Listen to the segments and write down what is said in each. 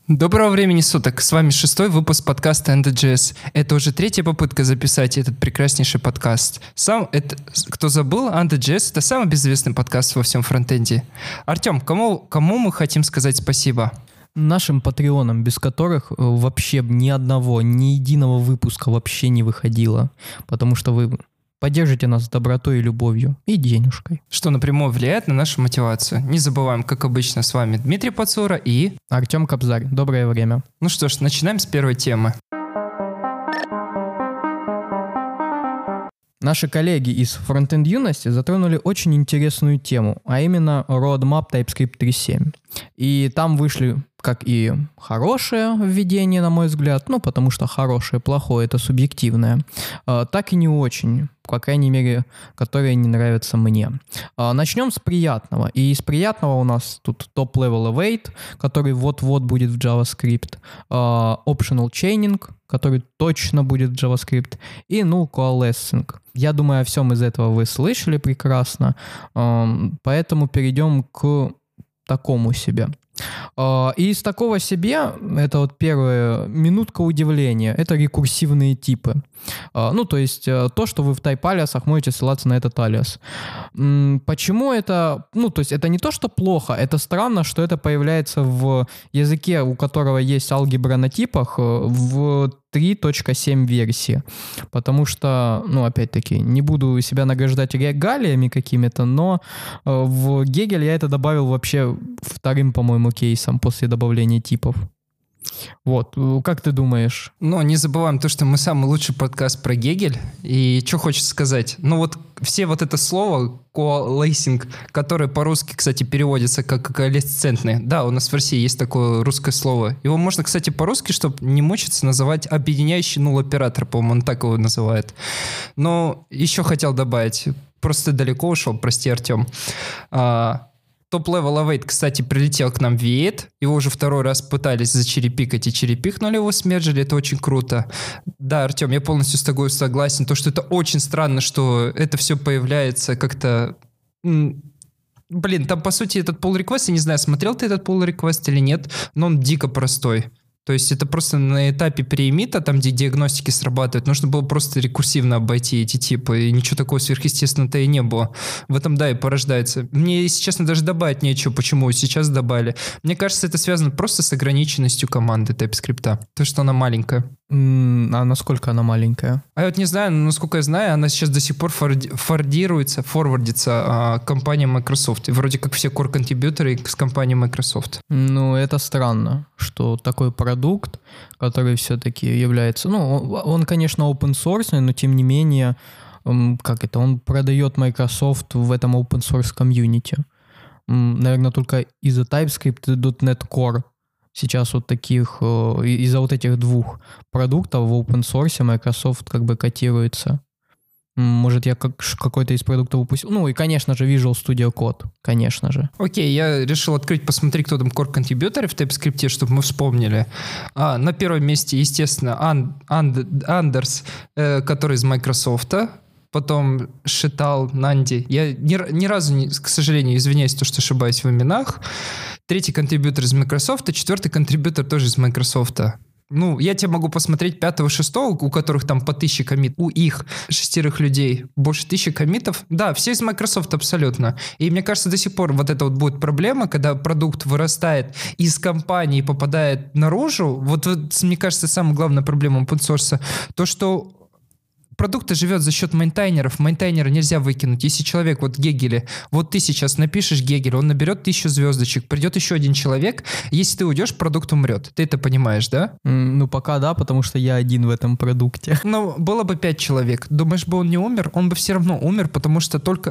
Доброго времени суток, с вами 6-й выпуск подкаста End.js. Это уже 3-я попытка записать этот прекраснейший подкаст. Кто забыл, End.js — это самый безызвестный подкаст во всем фронтенде. Артем, кому мы хотим сказать спасибо? Нашим патреонам, без которых вообще ни единого выпуска вообще не выходило, потому что вы поддержите нас добротой и любовью и денежкой. Что напрямую влияет на нашу мотивацию. Не забываем, как обычно, с вами Дмитрий Пацура и Артем Кобзарь. Доброе время. Ну что ж, начинаем с первой темы. Наши коллеги из Frontend Юности затронули очень интересную тему, а именно Roadmap TypeScript 3.7. И там вышли как и хорошее введение, на мой взгляд, потому что хорошее, плохое — это субъективное, так и не очень, по крайней мере, которые не нравятся мне. Начнем с приятного. И из приятного у нас тут Top Level Await, который вот-вот будет в JavaScript, Optional Chaining, который точно будет в JavaScript, и Null Coalescing. Я думаю, о всем из этого вы слышали прекрасно, поэтому перейдем к такому себе. И из такого себе, это вот первая минутка удивления, это рекурсивные типы. То есть то, что вы в type-алиасах можете ссылаться на этот алиас. Почему это? То есть это не то, что плохо, это странно, что это появляется в языке, у которого есть алгебра на типах, в 3.7 версии. Потому что, опять-таки, не буду себя награждать регалиями какими-то, но в Гегель я это добавил вообще вторым, по-моему, кейсом после добавления типов. Вот, как ты думаешь? Не забываем то, что мы самый лучший подкаст про Гегель. И что хочется сказать? Все это слово coalescing, которое по-русски, кстати, переводится как коалесцентный. Да, у нас в России есть такое русское слово. Его можно, кстати, по-русски, чтобы не мучиться, называть объединяющий null-оператор, по-моему, он так его называет. Но еще хотел добавить, просто далеко ушел, прости, Артем. Top Level Await, кстати, прилетел к нам в V8. Его уже второй раз пытались зачерепикать и черепикнули его, смержили. Это очень круто. Да, Артем, я полностью с тобой согласен. То, что это очень странно, что это все появляется как-то... Там, по сути, этот pull request, я не знаю, смотрел ты этот pull request или нет, но он дико простой. То есть это просто на этапе преэмита, там, где диагностики срабатывают, нужно было просто рекурсивно обойти эти типы, и ничего такого сверхъестественного-то и не было. В этом, да, и порождается. Мне, если честно, даже добавить нечего, почему сейчас добавили. Мне кажется, это связано просто с ограниченностью команды TypeScript. То, что она маленькая. А насколько она маленькая? А я не знаю, но насколько я знаю, она сейчас до сих пор форвардится компанией Microsoft. И вроде как все core-контрибьюторы с компанией Microsoft. Это странно, что такой продукт, который все-таки является... он, конечно, open-source, но тем не менее, он продает Microsoft в этом open-source комьюнити. Наверное, только из-за TypeScript и .NET Core. Сейчас из-за этих двух продуктов в open source Microsoft котируется. Может, я какой-то из продуктов упустил. И, конечно же, Visual Studio Code. Конечно же. Окей, я решил посмотреть, кто там core-контрибьюторы в TypeScript, чтобы мы вспомнили. На первом месте, естественно, Андерс, который из Microsoft. Потом Шитал, Нанди. Я ни разу, к сожалению, извиняюсь, то, что ошибаюсь в именах. 3-й контрибьютор из Microsoft, 4-й контрибьютор тоже из Microsoft. Я тебе могу посмотреть 5-го, 6-го, у которых там по 1000 коммитов. У их 6 людей больше 1000 коммитов. Да, все из Microsoft абсолютно. И мне кажется, до сих пор это будет проблема, когда продукт вырастает из компании и попадает наружу. Мне кажется, самая главная проблема open source, то, что продукт живет за счет мейнтайнеров. Мейнтайнера нельзя выкинуть. Если человек, Гегеле, ты сейчас напишешь Гегель, он наберет 1000 звездочек, придет еще один человек, если ты уйдешь, продукт умрет. Ты это понимаешь, да? Пока да, потому что я один в этом продукте. Было бы 5 человек. Думаешь, бы он не умер? Он бы все равно умер, потому что только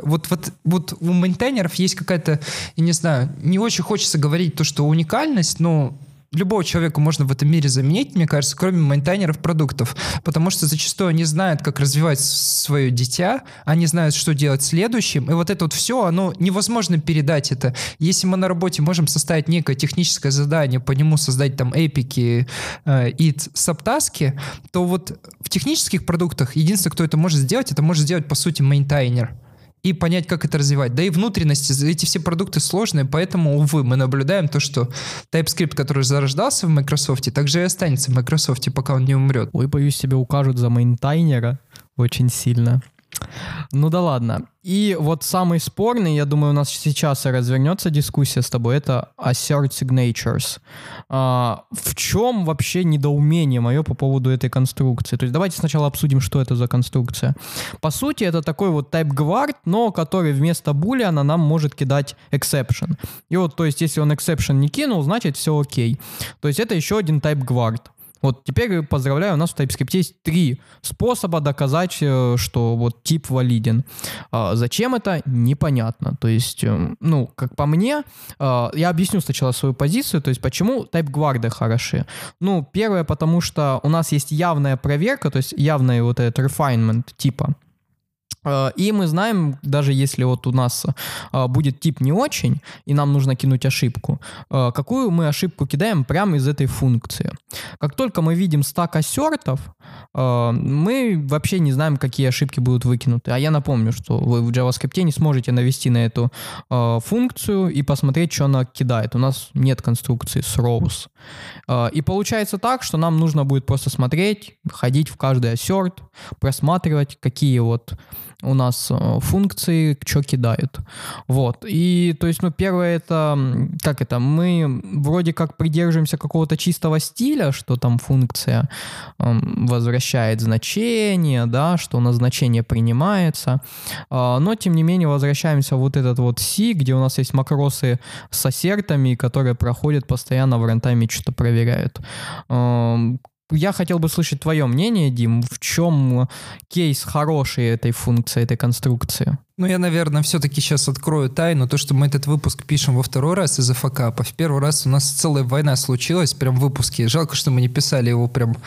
у мейнтайнеров есть какая-то, я не знаю, не очень хочется говорить то, что уникальность, но любого человека можно в этом мире заменить, мне кажется, кроме мейнтайнеров продуктов, потому что зачастую они знают, как развивать свое дитя, они знают, что делать следующим, и это все, оно невозможно передать это. Если мы на работе можем составить некое техническое задание, по нему создать там эпики и сабтаски, то в технических продуктах единственное, кто это может сделать, по сути, мейнтайнер. и понять, как это развивать. Да и внутренности, эти все продукты сложные, поэтому, увы, мы наблюдаем то, что TypeScript, который зарождался в Microsoft, также и останется в Microsoft, пока он не умрет. Ой, боюсь, тебя укажут за мейнтайнера очень сильно. Ну да ладно. И вот самый спорный, я думаю, у нас сейчас и развернется дискуссия с тобой, это assert signatures. В чем вообще недоумение мое по поводу этой конструкции? То есть давайте сначала обсудим, что это за конструкция. По сути, это такой вот type guard, но который вместо boolean нам может кидать exception. И вот, то есть, если он exception не кинул, значит все окей. То есть это еще один type guard. Вот теперь, поздравляю, у нас в TypeScript есть 3 способа доказать, что вот тип валиден. Зачем это? Непонятно. То есть, ну, как по мне, я объясню сначала свою позицию, то есть почему тайп-гварды хороши. Ну, первое, потому что у нас есть явная проверка, то есть явный вот этот refinement типа. И мы знаем, даже если вот у нас будет тип не очень, и нам нужно кинуть ошибку, какую мы ошибку кидаем прямо из этой функции. Как только мы видим стак ассертов, мы вообще не знаем, какие ошибки будут выкинуты. А я напомню, что вы в JavaScript не сможете навести на эту функцию и посмотреть, что она кидает. У нас нет конструкции throws. И получается так, что нам нужно будет просто смотреть, ходить в каждый ассерт, просматривать, какие вот у нас функции, что кидают. Вот. И, то есть, ну, первое это, как это, мы вроде как придерживаемся какого-то чистого стиля, что там функция возвращает значение, да, что у нас значение принимается, но, тем не менее, возвращаемся в вот этот вот C, где у нас есть макросы с ассертами, которые проходят постоянно в рантайме, что-то проверяют. Я хотел бы слышать твое мнение, Дим, в чем кейс хороший этой функции, этой конструкции? Ну, я, наверное, все-таки сейчас открою тайну. То, что мы этот выпуск пишем во второй раз из-за факапа. В первый раз у нас целая война случилась прям в выпуске. Жалко, что мы не писали его прям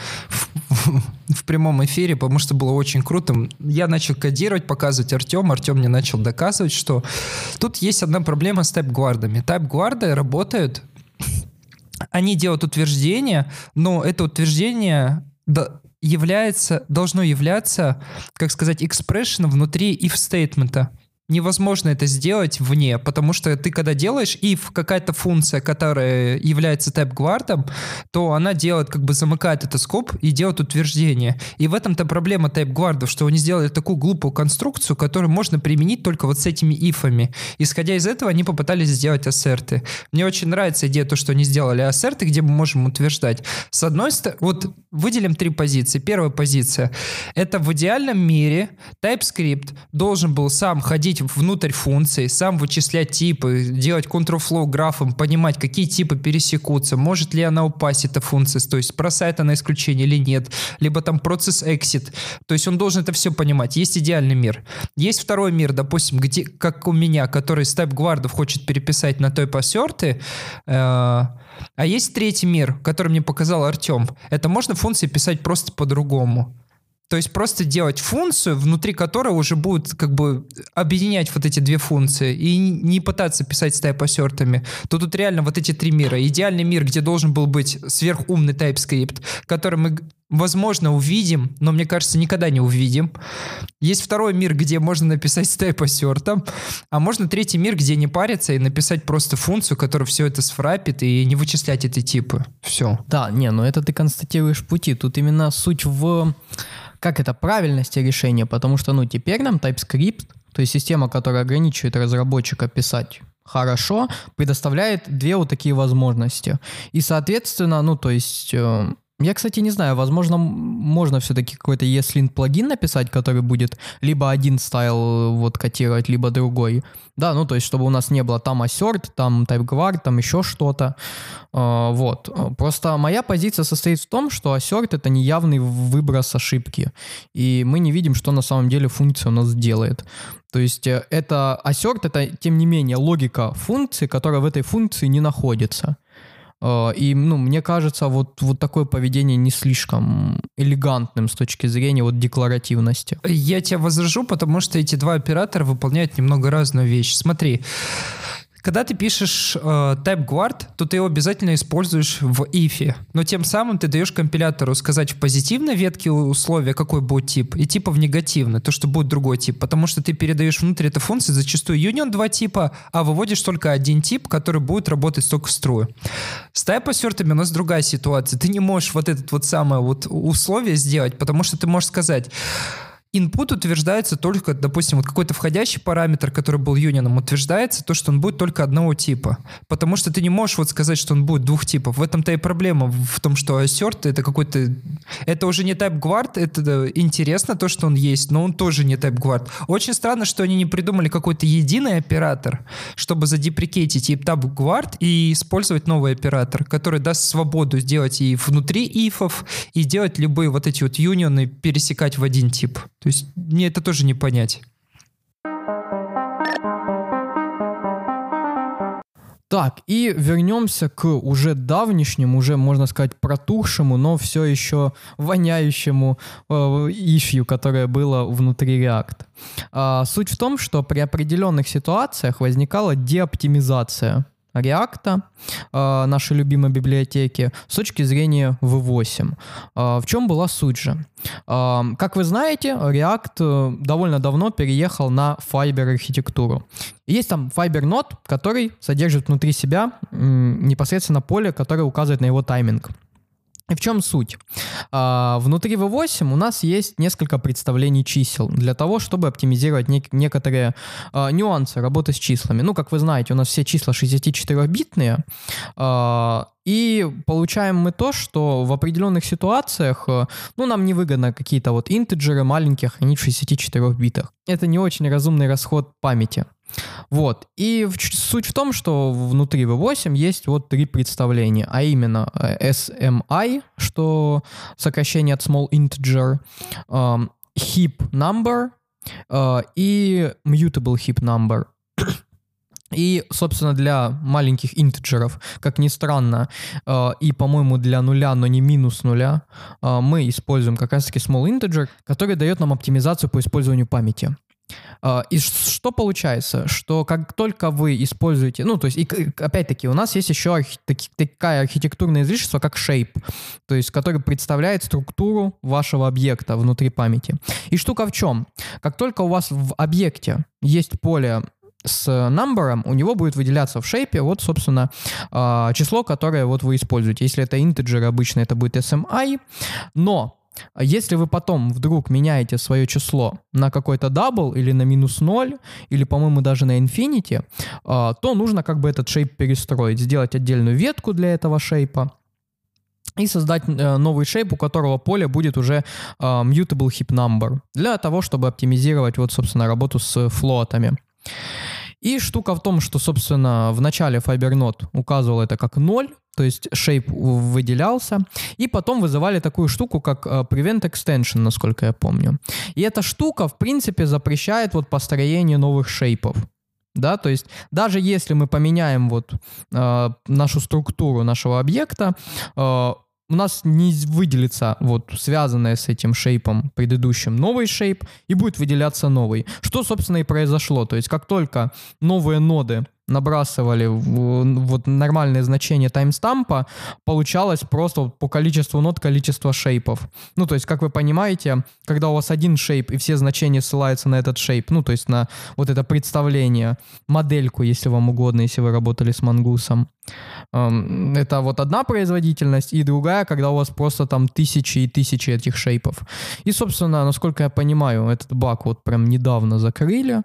в прямом эфире, потому что было очень круто. Я начал кодировать, показывать Артему. Артем мне начал доказывать, что тут есть одна проблема с тайп-гвардами. Тайп-гварды работают... Они делают утверждение, но это утверждение должно являться, как сказать, expression внутри if statement. Невозможно это сделать вне, потому что ты, когда делаешь if какая-то функция, которая является type-гвардом, то она делает, как бы замыкает этот скоп и делает утверждение. И в этом-то проблема type-гвардов, что они сделали такую глупую конструкцию, которую можно применить только вот с этими ифами. Исходя из этого, они попытались сделать ассерты. Мне очень нравится идея, то, что они сделали ассерты, где мы можем утверждать. С одной стороны, вот выделим 3 позиции. Первая позиция. Это в идеальном мире TypeScript должен был сам ходить внутрь функции, сам вычислять типы, делать control-flow графом, понимать, какие типы пересекутся, может ли она упасть, эта функция, то есть бросает она исключение или нет, либо там процесс exit, то есть он должен это все понимать. Есть идеальный мир. Есть второй мир, допустим, где, как у меня, который с type-гвардов хочет переписать на type-ассерты, а есть третий мир, который мне показал Артем. Это можно функции писать просто по-другому. То есть просто делать функцию, внутри которой уже будет как бы объединять вот эти 2 функции и не пытаться писать с type-ассертами. То тут реально вот эти 3 мира. Идеальный мир, где должен был быть сверхумный TypeScript, который мы, возможно, увидим, но, мне кажется, никогда не увидим. Есть второй мир, где можно написать с type-ассертом, а можно третий мир, где не париться и написать просто функцию, которая все это сфрапит и не вычислять эти типы. Все. Да, не, ну это ты констатируешь пути. Тут именно суть в... Как это, правильности решения, потому что, ну, теперь нам TypeScript, то есть система, которая ограничивает разработчика писать хорошо, предоставляет 2 вот такие возможности. И, соответственно, ну, то есть... Я, кстати, не знаю, возможно, можно все-таки какой-то ESLint плагин написать, который будет либо один стайл вот котировать, либо другой. Да, ну то есть, чтобы у нас не было там assert, там type-guard, там еще что-то. Вот. Просто моя позиция состоит в том, что assert — это неявный выброс ошибки. И мы не видим, что на самом деле функция у нас делает. То есть это assert — это, тем не менее, логика функции, которая в этой функции не находится. И, ну, мне кажется, вот такое поведение не слишком элегантным с точки зрения вот декларативности. Я тебя возражу, потому что эти 2 оператора выполняют немного разную вещь. Смотри, Когда ты пишешь type guard, то ты его обязательно используешь в if, но тем самым ты даешь компилятору сказать в позитивной ветке условия, какой будет тип, и типа в негативной, то, что будет другой тип, потому что ты передаешь внутрь этой функции зачастую union 2 типа, а выводишь только один тип, который будет работать только в струю. С type-ассертами у нас другая ситуация. Ты не можешь вот это вот самое вот условие сделать, потому что ты можешь сказать... Input утверждается только, допустим, вот какой-то входящий параметр, который был юнионом, утверждается то, что он будет только одного типа. Потому что ты не можешь вот сказать, что он будет двух типов. В этом-то и проблема, в том, что assert это какой-то... Это уже не type guard, это интересно то, что он есть, но он тоже не type guard. Очень странно, что они не придумали какой-то единый оператор, чтобы задеприкейтить и type guard и использовать новый оператор, который даст свободу сделать и внутри ифов, и делать любые вот эти вот юнионы пересекать в один тип. То есть мне это тоже не понять. Так, и вернемся к уже давнишнему, уже, можно сказать, протухшему, но все еще воняющему issue, которое было внутри React. Суть в том, что при определенных ситуациях возникала деоптимизация React, нашей любимой библиотеки, с точки зрения V8. В чем была суть же? Как вы знаете, React довольно давно переехал на Fiber архитектуру. Есть там Fiber Node, который содержит внутри себя непосредственно поле, которое указывает на его тайминг. И в чем суть? Внутри V8 у нас есть несколько представлений чисел для того, чтобы оптимизировать некоторые нюансы работы с числами. Ну, как вы знаете, у нас все числа 64-битные, и получаем мы то, что в определенных ситуациях, нам невыгодно какие-то вот интеджеры маленькие хранить в 64 битах. Это не очень разумный расход памяти. Вот. И суть в том, что внутри V8 есть вот три представления, а именно SMI, что сокращение от small integer, heap number и mutable heap number. И, собственно, для маленьких интеджеров, как ни странно, и, по-моему, для нуля, но не минус нуля, мы используем как раз-таки small integer, который дает нам оптимизацию по использованию памяти. И что получается? Что как только вы используете... то есть, и, опять-таки, у нас есть еще такая архитектурное излишество, как shape, то есть, который представляет структуру вашего объекта внутри памяти. И штука в чем? Как только у вас в объекте есть поле с number, у него будет выделяться в shape вот, собственно, число, которое вот вы используете. Если это integer, обычно это будет SMI, но если вы потом вдруг меняете свое число на какой-то double или на минус 0, или, по-моему, даже на infinity, то нужно как бы этот shape перестроить, сделать отдельную ветку для этого shape и создать новый shape, у которого поле будет уже mutable heap number, для того, чтобы оптимизировать вот, собственно, работу с флотами. И штука в том, что, собственно, в начале FiberNode указывал это как 0, то есть shape выделялся, и потом вызывали такую штуку, как prevent extension, насколько я помню. И эта штука, в принципе, запрещает вот построение новых шейпов. Да, то есть даже если мы поменяем вот нашу структуру нашего объекта, у нас не выделится вот связанное с этим шейпом предыдущим новый шейп, и будет выделяться новый. Что, собственно, и произошло. То есть как только новые ноды набрасывали вот нормальное значение таймстампа, получалось просто по количеству нод количество шейпов. То есть, как вы понимаете, когда у вас один шейп и все значения ссылаются на этот шейп, то есть на вот это представление, модельку, если вам угодно, если вы работали с Mongoose. Это вот одна производительность, и другая, когда у вас просто там тысячи и тысячи этих шейпов. И, собственно, насколько я понимаю, этот баг вот прям недавно закрыли,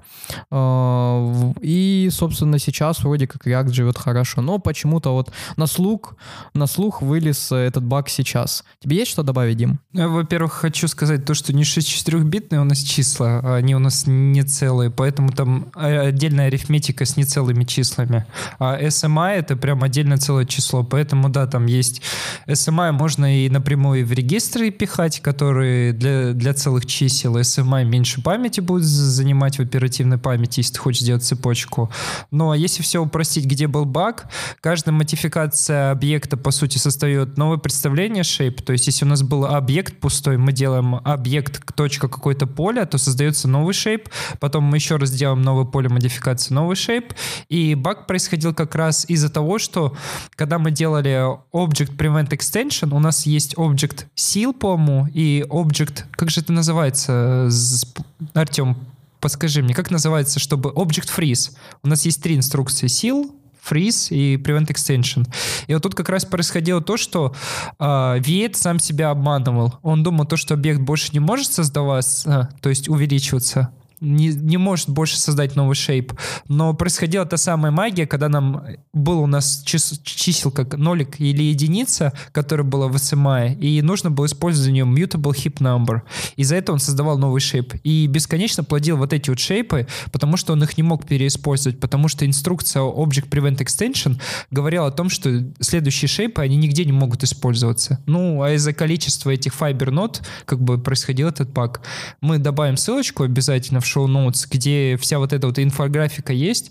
и, собственно, сейчас вроде как React живет хорошо, но почему-то вот на слух вылез этот баг сейчас. Тебе есть что добавить, Дим? Во-первых, хочу сказать то, что не 64-битные у нас числа, они у нас не целые, поэтому там отдельная арифметика с нецелыми числами. А SMI — это прям отдельно целое число, поэтому да, там есть SMI, можно и напрямую в регистры пихать, которые для целых чисел. SMI меньше памяти будет занимать в оперативной памяти, если ты хочешь сделать цепочку. Но если все упростить, где был баг, каждая модификация объекта, по сути, создает новое представление shape. То есть, если у нас был объект пустой, мы делаем объект, точка, какое-то поле, то создается новый shape. Потом мы еще раз делаем новое поле модификации, новый shape. И баг происходил как раз из-за того, что когда мы делали Object Prevent Extension, у нас есть Object Seal, по-моему, и Object... Как же это называется, Артем? Подскажи мне, как называется, чтобы Object Freeze? У нас есть 3 инструкции: Seal, Freeze и Prevent Extension. И вот тут как раз происходило то, что V8 сам себя обманывал. Он думал, то, что объект больше не может создаваться, то есть увеличиваться, не может больше создать новый шейп. Но происходила та самая магия, когда был у нас чисел как нолик или единица, которая была в SMI, и нужно было использовать за нее mutable heap number. Из-за этого он создавал новый шейп. И бесконечно плодил вот эти вот шейпы, потому что он их не мог переиспользовать, потому что инструкция Object Prevent Extension говорила о том, что следующие шейпы, они нигде не могут использоваться. Ну, а из-за количества этих Fiber Node как бы происходил этот баг. Мы добавим ссылочку обязательно в шоу-ноутс, где вся вот эта вот инфографика есть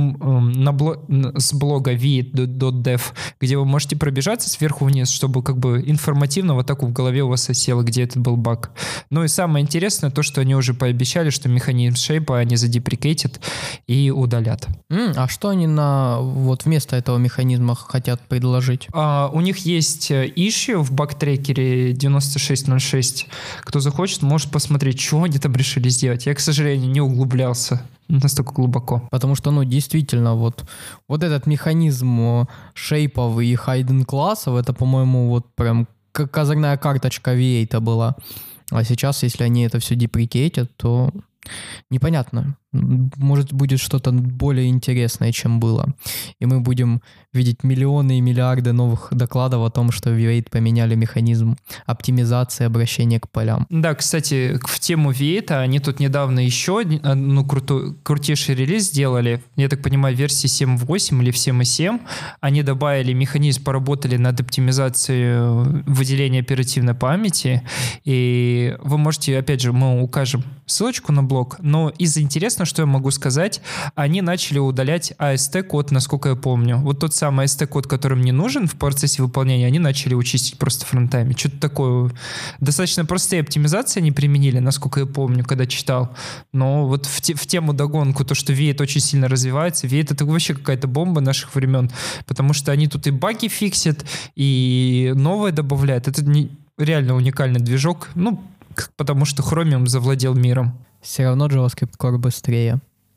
с блога v.dev, где вы можете пробежаться сверху вниз, чтобы как бы информативно вот так в голове у вас осело, где этот был баг. Ну и самое интересное то, что они уже пообещали, что механизм шейпа они задеприкейтят и удалят. А что они вот вместо этого механизма хотят предложить? У них есть issue в баг-трекере 9606. Кто захочет, может посмотреть, что они там решили сделать. Я, к сожалению, не углублялся настолько глубоко. Потому что, действительно, вот этот механизм шейпов и хайден классов, это, по-моему, вот прям как козырная карточка V8 была. А сейчас, если они это все деприкейтят, то непонятно. Может, будет что-то более интересное, чем было. И мы будем видеть миллионы и миллиарды новых докладов о том, что в V8 поменяли механизм оптимизации обращения к полям. Да, кстати, в тему V8 они тут недавно еще крутейший релиз сделали. Я так понимаю, в версии 7.8 или в 7.7. Они добавили механизм, поработали над оптимизацией выделения оперативной памяти. И вы можете, опять же, мы укажем ссылочку на блог, но из интересного, что я могу сказать, они начали удалять AST-код, насколько я помню. Вот тот самый AST-код, который мне нужен в процессе выполнения, они начали учистить просто фронтами. Что-то такое. Достаточно простые оптимизации они применили, насколько я помню, когда читал. Но вот в тему догонку, то, что V8 очень сильно развивается, V8 это вообще какая-то бомба наших времен, потому что они тут и баги фиксят, и новое добавляют. Это реально уникальный движок, потому что Chromium завладел миром. Все равно JavaScript Core быстрее.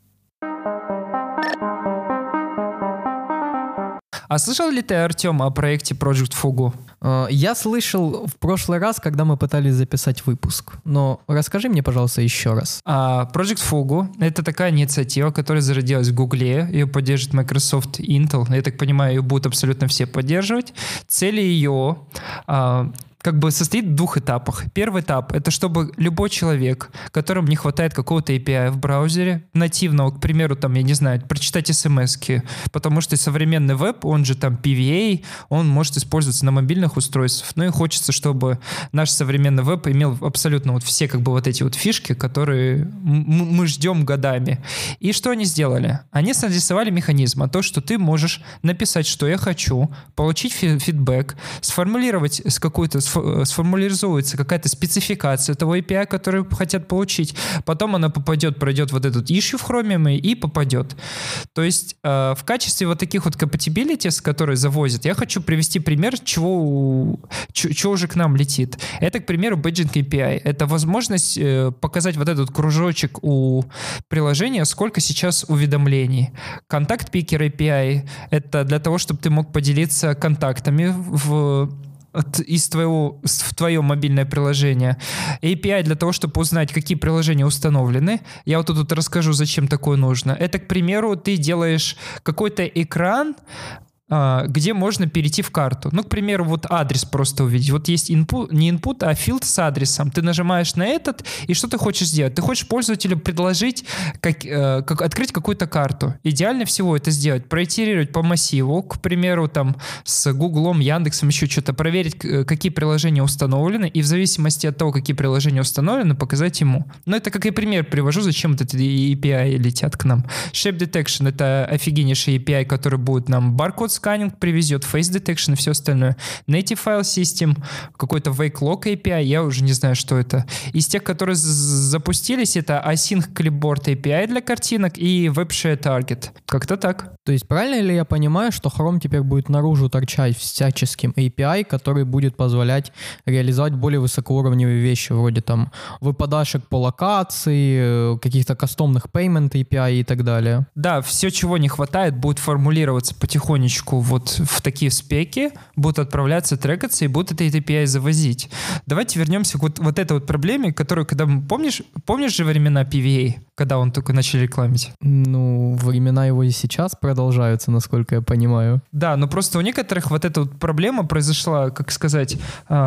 А слышал ли ты, Артем, о проекте Project Fugu? Я слышал в прошлый раз, когда мы пытались записать выпуск. Но расскажи мне, пожалуйста, еще раз. Project Fugu — это такая инициатива, которая зародилась в Гугле. Ее поддерживает Microsoft, Intel. Я так понимаю, ее будут абсолютно все поддерживать. Цель ее состоит в 2 этапах. Первый этап — это чтобы любой человек, которому не хватает какого-то API в браузере, нативного, к примеру, прочитать смс-ки, потому что современный веб, он же PVA, он может использоваться на мобильных устройствах. Ну и хочется, чтобы наш современный веб имел абсолютно все эти фишки, которые мы ждем годами. И что они сделали? Они нарисовали механизм, что ты можешь написать, что я хочу, получить фидбэк, сформализуется какая-то спецификация того API, который хотят получить. Потом она пройдет вот этот issue в Chromium и попадет. То есть в качестве вот таких вот compatibilities, которые завозят, я хочу привести пример, чего уже к нам летит. Это, к примеру, Badging API. Это возможность показать вот этот кружочек у приложения, сколько сейчас уведомлений. Contact Picker API — это для того, чтобы ты мог поделиться контактами в твое мобильное приложение. API для того, чтобы узнать, какие приложения установлены. Я вот тут расскажу, зачем такое нужно. Это, к примеру, ты делаешь какой-то экран, где можно перейти в карту. Ну, к примеру, вот адрес просто увидеть. Вот есть input, не input, а field с адресом. Ты нажимаешь на этот, и что ты хочешь сделать? Ты хочешь пользователю предложить, как открыть какую-то карту. Идеально всего это сделать. Проитерировать по массиву, к примеру, там с Гуглом, Яндексом, еще что-то, проверить, какие приложения установлены, и в зависимости от того, какие приложения установлены, показать ему. Но это как и пример привожу, зачем вот эти API летят к нам. Shape Detection — это офигеннейший API, который будет нам barcode сканинг привезет, face detection и все остальное. Native File System, какой-то Wake Lock API, я уже не знаю, что это. Из тех, которые запустились, это Async Clipboard API для картинок и WebShare Target. Как-то так. То есть правильно ли я понимаю, что Chrome теперь будет наружу торчать всяческим API, который будет позволять реализовать более высокоуровневые вещи, вроде там выпадашек по локации, каких-то кастомных payment API и так далее? Да, все, чего не хватает, будет формулироваться потихонечку вот в такие спеки, будут отправляться, трекаться и будут эти API завозить. Давайте вернемся к вот этой вот проблеме, которую, когда мы... Помнишь же времена PVA, когда он только начали рекламить? Ну, времена его и сейчас продолжаются, насколько я понимаю. Да, но просто у некоторых вот эта вот проблема произошла, как сказать,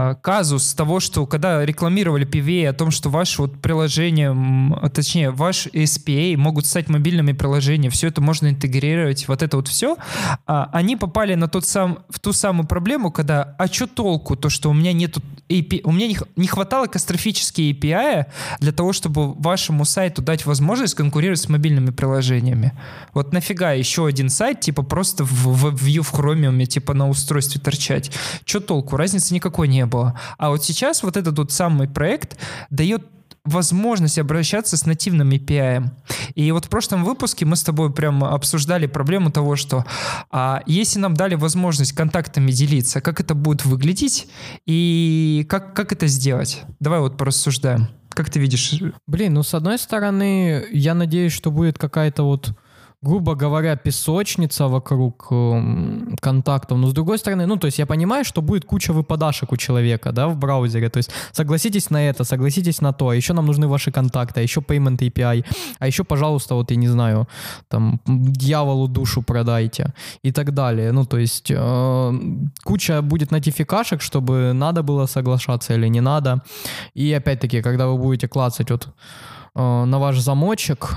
казус того, что когда рекламировали PVA о том, что ваше вот приложение, точнее, ваш SPA могут стать мобильными приложениями, все это можно интегрировать, вот это вот все, они попали на в ту самую проблему, когда, а что толку, то, что у меня нету API, у меня не хватало катастрофически API для того, чтобы вашему сайту дать возможность конкурировать с мобильными приложениями. Вот нафига еще один сайт, типа просто в WebView в Chromium, типа на устройстве торчать. Что толку? Разницы никакой не было. А вот сейчас вот этот вот самый проект дает возможность обращаться с нативным API. И вот в прошлом выпуске мы с тобой прям обсуждали проблему того, что если нам дали возможность контактами делиться, как это будет выглядеть и как это сделать? Давай вот порассуждаем. Как ты видишь? Блин, ну с одной стороны, я надеюсь, что будет какая-то вот, грубо говоря, песочница вокруг контактов. Но с другой стороны, ну, то есть я понимаю, что будет куча выпадашек у человека, да, в браузере. То есть согласитесь на это, согласитесь на то. А еще нам нужны ваши контакты, а еще Payment API, а еще, пожалуйста, вот я не знаю, там, дьяволу душу продайте и так далее. Ну, то есть куча будет нотификашек, чтобы надо было соглашаться или не надо. И опять-таки, когда вы будете клацать вот на ваш замочек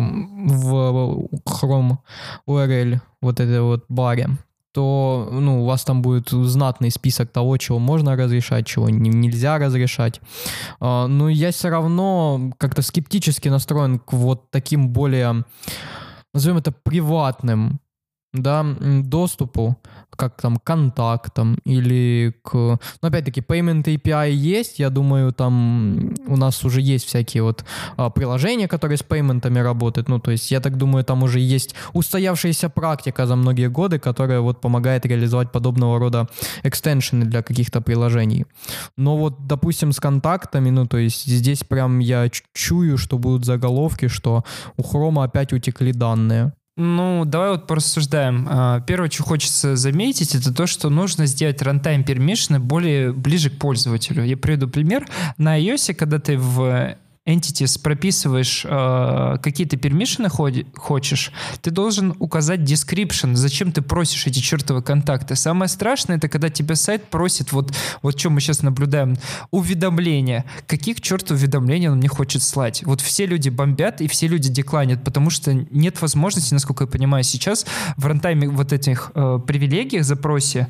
в Chrome URL вот этой вот баре, то у вас там будет знатный список того, чего можно разрешать, чего нельзя разрешать. Но я все равно как-то скептически настроен к вот таким более, назовем это, приватным, да, доступу, как там, к контактам или к... Ну, опять-таки, Payment API есть, я думаю, там у нас уже есть всякие вот приложения, которые с пейментами работают, ну, то есть, я так думаю, там уже есть устоявшаяся практика за многие годы, которая вот помогает реализовать подобного рода экстеншены для каких-то приложений. Но вот, допустим, с контактами, ну, то есть, здесь прям я чую, что будут заголовки, что у Chrome опять утекли данные. Ну, давай вот порассуждаем. Первое, что хочется заметить, это то, что нужно сделать runtime permission ближе к пользователю. Я приведу пример. На iOS, когда ты в Entities прописываешь какие-то пермишины хочешь, ты должен указать description, зачем ты просишь эти чертовы контакты. Самое страшное, это когда тебя сайт просит, вот что мы сейчас наблюдаем, уведомления. Каких чертов уведомлений он мне хочет слать? Вот все люди бомбят и все люди декланят, потому что нет возможности, насколько я понимаю, сейчас в рантайме вот этих привилегиях, запросе,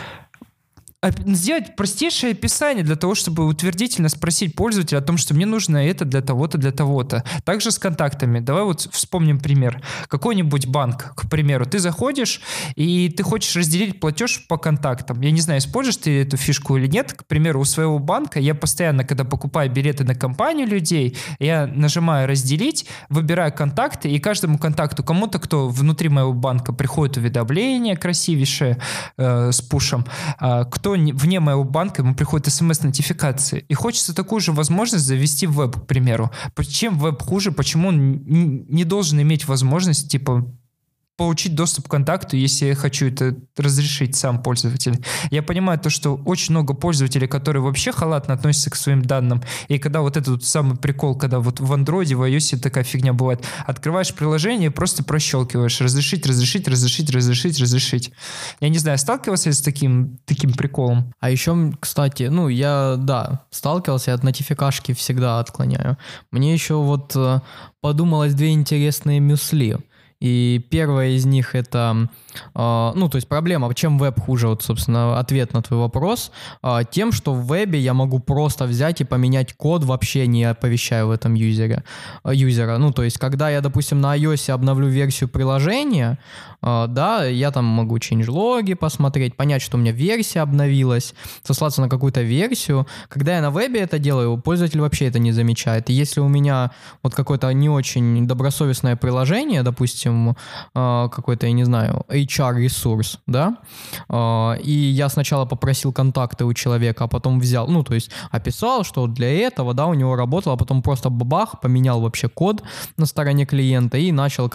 сделать простейшее описание для того, чтобы утвердительно спросить пользователя о том, что мне нужно это для того-то, для того-то. Также с контактами. Давай вот вспомним пример. Какой-нибудь банк, к примеру. Ты заходишь, и ты хочешь разделить платеж по контактам. Я не знаю, используешь ты эту фишку или нет. К примеру, у своего банка я постоянно, когда покупаю билеты на компанию людей, я нажимаю «Разделить», выбираю контакты, и каждому контакту, кому-то, кто внутри моего банка, приходит уведомление красивейшее с пушем, кто вне моего банка, ему приходит смс-нотификации. И хочется такую же возможность завести в веб, к примеру. Чем веб хуже? Почему он не должен иметь возможность, типа, получить доступ к контакту, если я хочу это разрешить сам пользователь. Я понимаю то, что очень много пользователей, которые вообще халатно относятся к своим данным, и когда вот этот вот самый прикол, когда вот в Андроиде, в iOS такая фигня бывает, открываешь приложение и просто прощелкиваешь, разрешить. Я не знаю, сталкивался с таким приколом? А еще, кстати, я сталкивался, я от нотификашки всегда отклоняю. Мне еще вот подумалось две интересные мюсли. И первая из них это, то есть проблема, чем веб хуже, вот, собственно, ответ на твой вопрос, тем, что в вебе я могу просто взять и поменять код, вообще не оповещая в этом юзера. То есть, когда я, допустим, на iOS обновлю версию приложения, я там могу changelog'и посмотреть, понять, что у меня версия обновилась, сослаться на какую-то версию. Когда я на вебе это делаю, пользователь вообще это не замечает. И если у меня вот какое-то не очень добросовестное приложение, допустим, какой-то, я не знаю, HR-ресурс, да, и я сначала попросил контакты у человека, а потом взял, то есть описал, что для этого, да, у него работало, а потом просто бабах, поменял вообще код на стороне клиента и начал,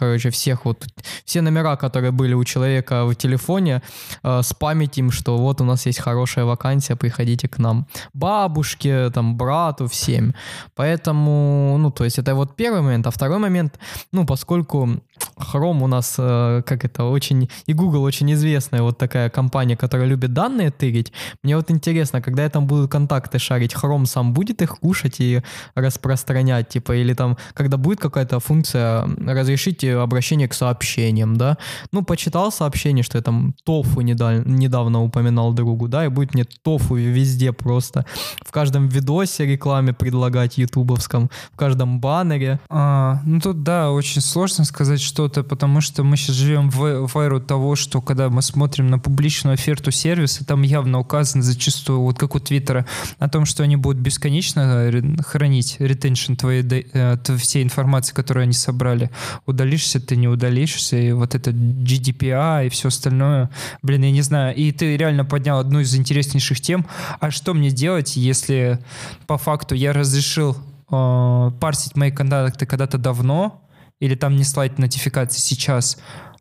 все номера, которые были у человека в телефоне, спамить им, что вот у нас есть хорошая вакансия, приходите к нам. Бабушке, там, брату, всем. Поэтому, то есть это вот первый момент. А второй момент, поскольку Chrome у нас, очень, и Google очень известная вот такая компания, которая любит данные тырить. Мне вот интересно, когда я там буду контакты шарить, Chrome сам будет их кушать и распространять, или там, когда будет какая-то функция разрешить обращение к сообщениям, да? Почитал сообщение, что я там тофу недавно упоминал другу, да, и будет мне тофу везде просто, в каждом видосе рекламе предлагать ютубовском, в каждом баннере. Тут, да, очень сложно сказать что-то, потому что мы сейчас живем в эру того, что когда мы смотрим на публичную оферту сервиса, там явно указано зачастую, вот как у Твиттера, о том, что они будут бесконечно хранить ретеншн всей информации, которую они собрали. Удалишься ты, не удалишься, и вот это GDPR и все остальное. Я не знаю. И ты реально поднял одну из интереснейших тем. А что мне делать, если по факту я разрешил парсить мои контакты когда-то давно, или там не слать нотификации сейчас,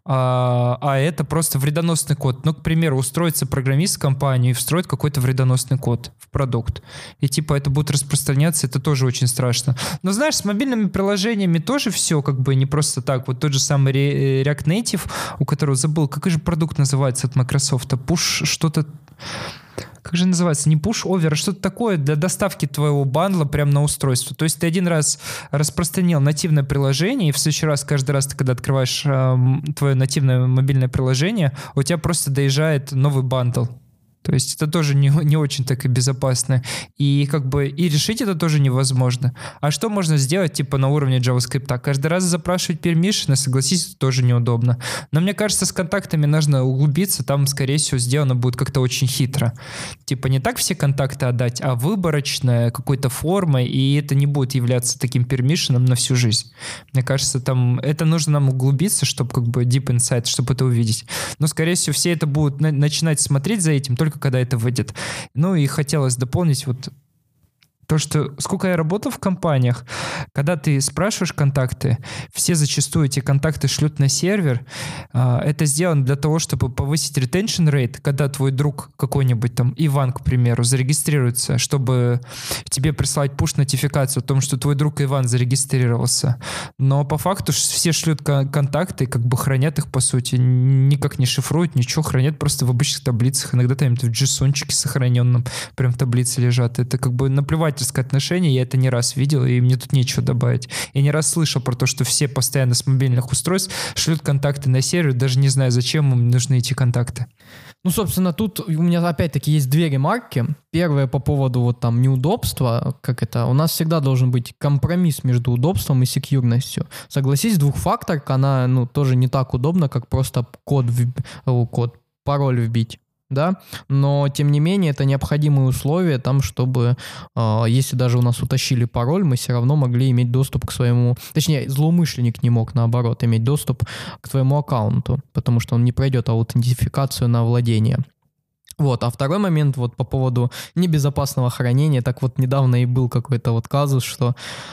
а это просто вредоносный код. К примеру, устроится программист в компанию и встроит какой-то вредоносный код в продукт. И это будет распространяться, это тоже очень страшно. Но знаешь, с мобильными приложениями тоже все не просто так. Вот тот же самый React Native, у которого забыл, какой же продукт называется от Microsoft, Push что-то... Как же называется? Не push-over, а что-то такое для доставки твоего бандла прямо на устройство. То есть ты один раз распространил нативное приложение, и в следующий раз, каждый раз, когда открываешь твое нативное мобильное приложение, у тебя просто доезжает новый бандл. То есть это тоже не очень так и безопасно. И и решить это тоже невозможно. А что можно сделать на уровне JavaScript? Каждый раз запрашивать permission, согласись, это тоже неудобно. Но мне кажется, с контактами нужно углубиться, там, скорее всего, сделано будет как-то очень хитро. Не так все контакты отдать, а выборочно, какой-то формой, и это не будет являться таким пермишеном на всю жизнь. Мне кажется, там это нужно нам углубиться, чтобы deep insight, чтобы это увидеть. Но, скорее всего, все это будут начинать смотреть за этим только когда это выйдет. И хотелось дополнить то, что сколько я работал в компаниях, когда ты спрашиваешь контакты, все зачастую эти контакты шлют на сервер. Это сделано для того, чтобы повысить retention rate, когда твой друг какой-нибудь там, Иван, к примеру, зарегистрируется, чтобы тебе прислать push-нотификацию о том, что твой друг Иван зарегистрировался. Но по факту все шлют контакты, хранят их, по сути, никак не шифруют, ничего, хранят просто в обычных таблицах. Иногда там в JSON-чике сохраненном прям в таблице лежат. Это наплевать отношения, я это не раз видел, и мне тут нечего добавить. Я не раз слышал про то, что все постоянно с мобильных устройств шлют контакты на сервер, даже не знаю, зачем им нужны эти контакты. Собственно, тут у меня опять-таки есть две ремарки. Первая по поводу неудобства, у нас всегда должен быть компромисс между удобством и секьюрностью. Согласись, двухфакторка, она тоже не так удобна, как просто пароль вбить. Да, но тем не менее это необходимые условия там, чтобы если даже у нас утащили пароль, мы все равно могли иметь доступ к своему, точнее, злоумышленник не мог, наоборот, иметь доступ к твоему аккаунту, потому что он не пройдет аутентификацию на владение. А второй момент по поводу небезопасного хранения, так недавно и был какой-то казус, что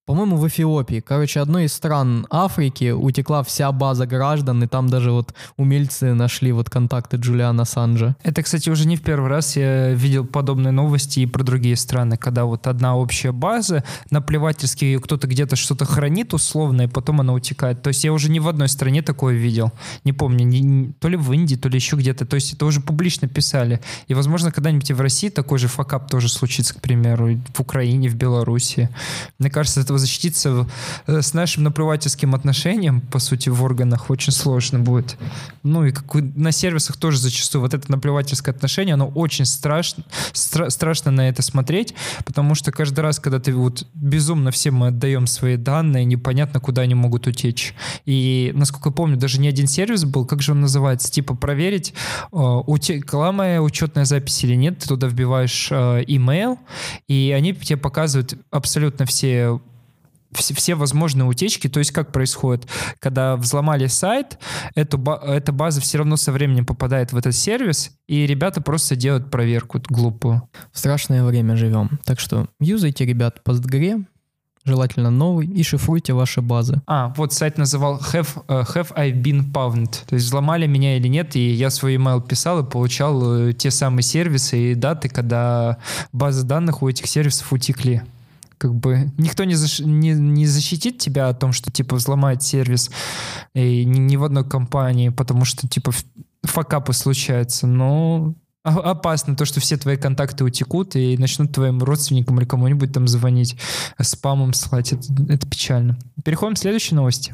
по-моему, в Эфиопии. Короче, одной из стран Африки утекла вся база граждан, и там даже вот умельцы нашли вот контакты Джулиана Ассанжа. Это, кстати, уже не в первый раз я видел подобные новости и про другие страны, когда вот одна общая база, наплевательски ее кто-то где-то что-то хранит условно, и потом она утекает. То есть я уже ни в одной стране такое видел. Не помню, то ли в Индии, то ли еще где-то. То есть это уже публично писали. И, возможно, когда-нибудь и в России такой же факап тоже случится, к примеру, в Украине, в Беларуси. Мне кажется, этого защититься с нашим наплевательским отношением, по сути, в органах очень сложно будет. Ну и на сервисах тоже зачастую вот это наплевательское отношение, оно очень страшно на это смотреть, потому что каждый раз, когда ты вот безумно всем мы отдаем свои данные, непонятно, куда они могут утечь. И, насколько я помню, даже не один сервис был, как же он называется, типа проверить, утекла моя учетная запись или нет, ты туда вбиваешь email, и они тебе показывают абсолютно все возможные утечки. То есть как происходит? Когда взломали сайт, эта база все равно со временем попадает в этот сервис, и ребята просто делают проверку глупую. В страшное время живем. Так что юзайте, ребят, PostgreSQL, желательно новый, и шифруйте ваши базы. Вот сайт называл Have I Been Pwned? То есть взломали меня или нет, и я свой email писал и получал те самые сервисы и даты, когда базы данных у этих сервисов утекли. Как бы никто не защитит тебя о том, что типа взломает сервис и ни в одной компании, потому что типа факапы случаются, но опасно то, что все твои контакты утекут и начнут твоим родственникам или кому-нибудь там звонить, спамом слать. Это печально. Переходим к следующей новости.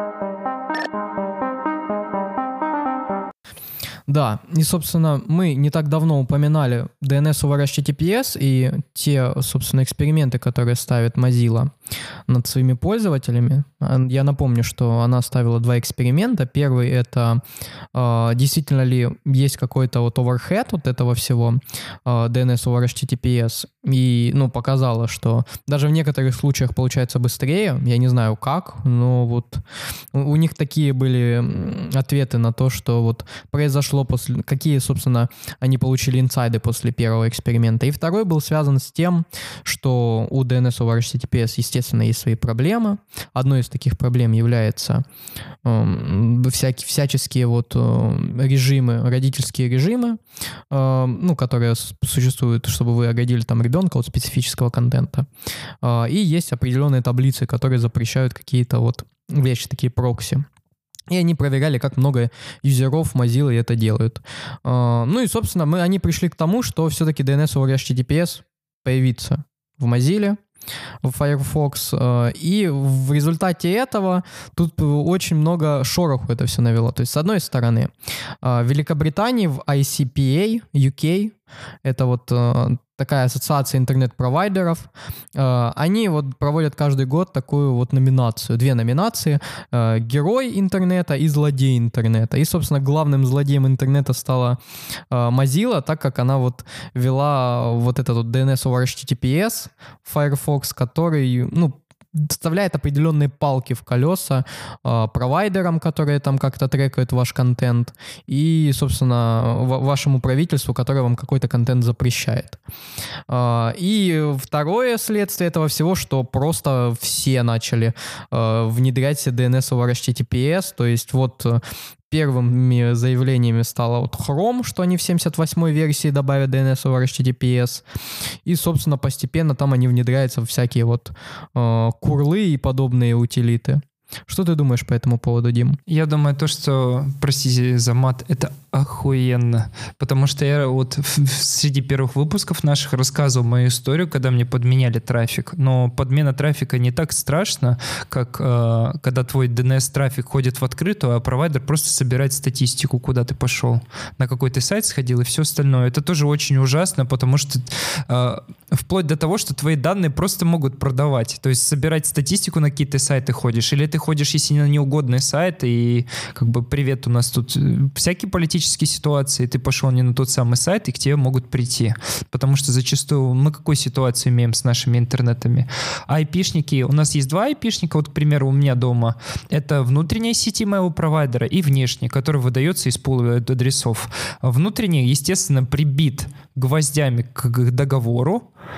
Да, и, собственно, мы не так давно упоминали DNS over HTTPS и те, собственно, эксперименты, которые ставит Mozilla над своими пользователями. Я напомню, что она ставила 2 эксперимента. Первый — это действительно ли есть какой-то вот overhead вот этого всего DNS over HTTPS, и, показала, что даже в некоторых случаях получается быстрее. Я не знаю как, но вот у них такие были ответы на то, что вот произошло какие, собственно, они получили инсайды после первого эксперимента. И второй был связан с тем, что у DNS over HTTPS, естественно, есть свои проблемы. Одной из таких проблем является всяческие вот режимы, родительские режимы, которые существуют, чтобы вы оградили там ребенка от специфического контента. И есть определенные таблицы, которые запрещают какие-то вот вещи, такие прокси. И они проверяли, как много юзеров Mozilla это делают. И, собственно, они пришли к тому, что все-таки DNS over HTTPS появится в Mozilla, в Firefox, и в результате этого тут очень много шороху это все навело. То есть, с одной стороны, в Великобритании, в ICPA, UK, это вот такая ассоциация интернет-провайдеров, они вот проводят каждый год такую вот номинацию, 2 номинации: герой интернета и злодей интернета. И, собственно, главным злодеем интернета стала Mozilla, так как она вот ввела вот этот вот DNS over HTTPS Firefox, который, вставляет определенные палки в колеса провайдерам, которые там как-то трекают ваш контент, и, собственно, вашему правительству, которое вам какой-то контент запрещает. И второе следствие этого всего, что просто все начали внедрять DNS over HTTPS, то есть вот первыми заявлениями стало вот Chrome, что они в 78-й версии добавят DNS over HTTPS. И, собственно, постепенно там они внедряются в всякие вот курлы и подобные утилиты. Что ты думаешь по этому поводу, Дим? Я думаю, что, простите за мат, это охуенно. Потому что я вот среди первых выпусков наших рассказывал мою историю, когда мне подменяли трафик. Но подмена трафика не так страшно, как когда твой DNS-трафик ходит в открытую, а провайдер просто собирает статистику, куда ты пошел. На какой ты сайт сходил и все остальное. Это тоже очень ужасно, потому что вплоть до того, что твои данные просто могут продавать. То есть собирать статистику, на какие ты сайты ходишь. Или ты ходишь, если на неугодный сайт, и как бы привет, у нас тут всякие политические ситуации, ты пошел не на тот самый сайт, и к тебе могут прийти. Потому что зачастую мы какую ситуацию имеем с нашими интернетами? Айпишники, у нас есть 2 айпишника, вот, к примеру, у меня дома. Это внутренняя сети моего провайдера и внешний, который выдается из пула адресов. Внутренний, естественно, прибит гвоздями к договору,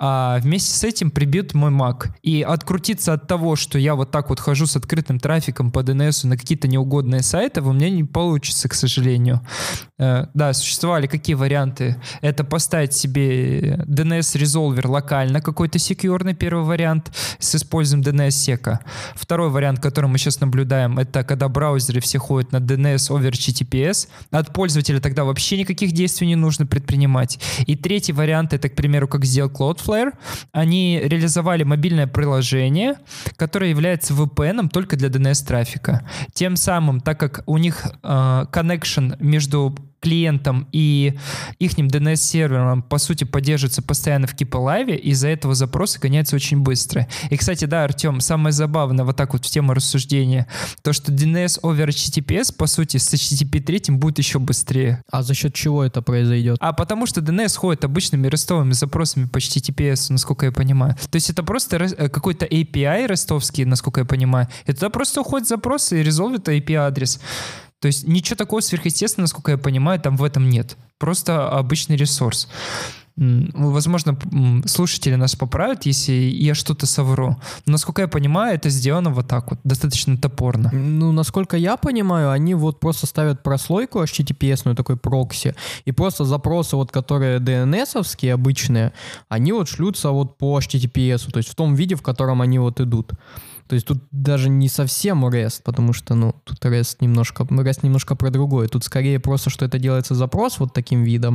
а вместе с этим прибьют мой Mac. И открутиться от того, что я вот так вот хожу с открытым трафиком по DNS на какие-то неугодные сайты, у меня не получится, к сожалению. Да, существовали какие варианты? Это поставить себе DNS-резолвер локально, какой-то секьюрный, первый вариант, с использованием DNS-сека. Второй вариант, который мы сейчас наблюдаем, это когда браузеры все ходят на DNS over HTTPS. От пользователя тогда вообще никаких действий не нужно предпринимать. И третий вариант, это, к примеру, как сделал Cloudflare. Они реализовали мобильное приложение, которое является VPN только для DNS-трафика. Тем самым, так как у них connection между клиентом и ихним DNS-сервером, по сути, поддерживается постоянно в Keep Alive, из-за этого запросы гоняются очень быстро. И, кстати, да, Артем, самое забавное вот так вот в тему рассуждения, то, что DNS over HTTPS, по сути, с HTTP 3 будет еще быстрее. А за счет чего это произойдет? А потому что DNS ходит обычными рестовыми запросами по HTTPS, насколько я понимаю. То есть это просто какой-то API рестовский, насколько я понимаю, и туда просто уходят запросы и резолвит API-адрес. То есть ничего такого сверхъестественного, насколько я понимаю, там в этом нет. Просто обычный ресурс. Возможно, слушатели нас поправят, если я что-то совру. Но, насколько я понимаю, это сделано вот так вот, достаточно топорно. Ну, насколько я понимаю, они вот просто ставят прослойку HTTPS-ную, такой прокси, и просто запросы, вот, которые DNS-овские, обычные, они вот шлются вот по HTTPS, то есть в том виде, в котором они вот идут. То есть тут даже не совсем REST, потому что, ну, тут REST немножко про другое. Тут скорее просто, что это делается запрос вот таким видом,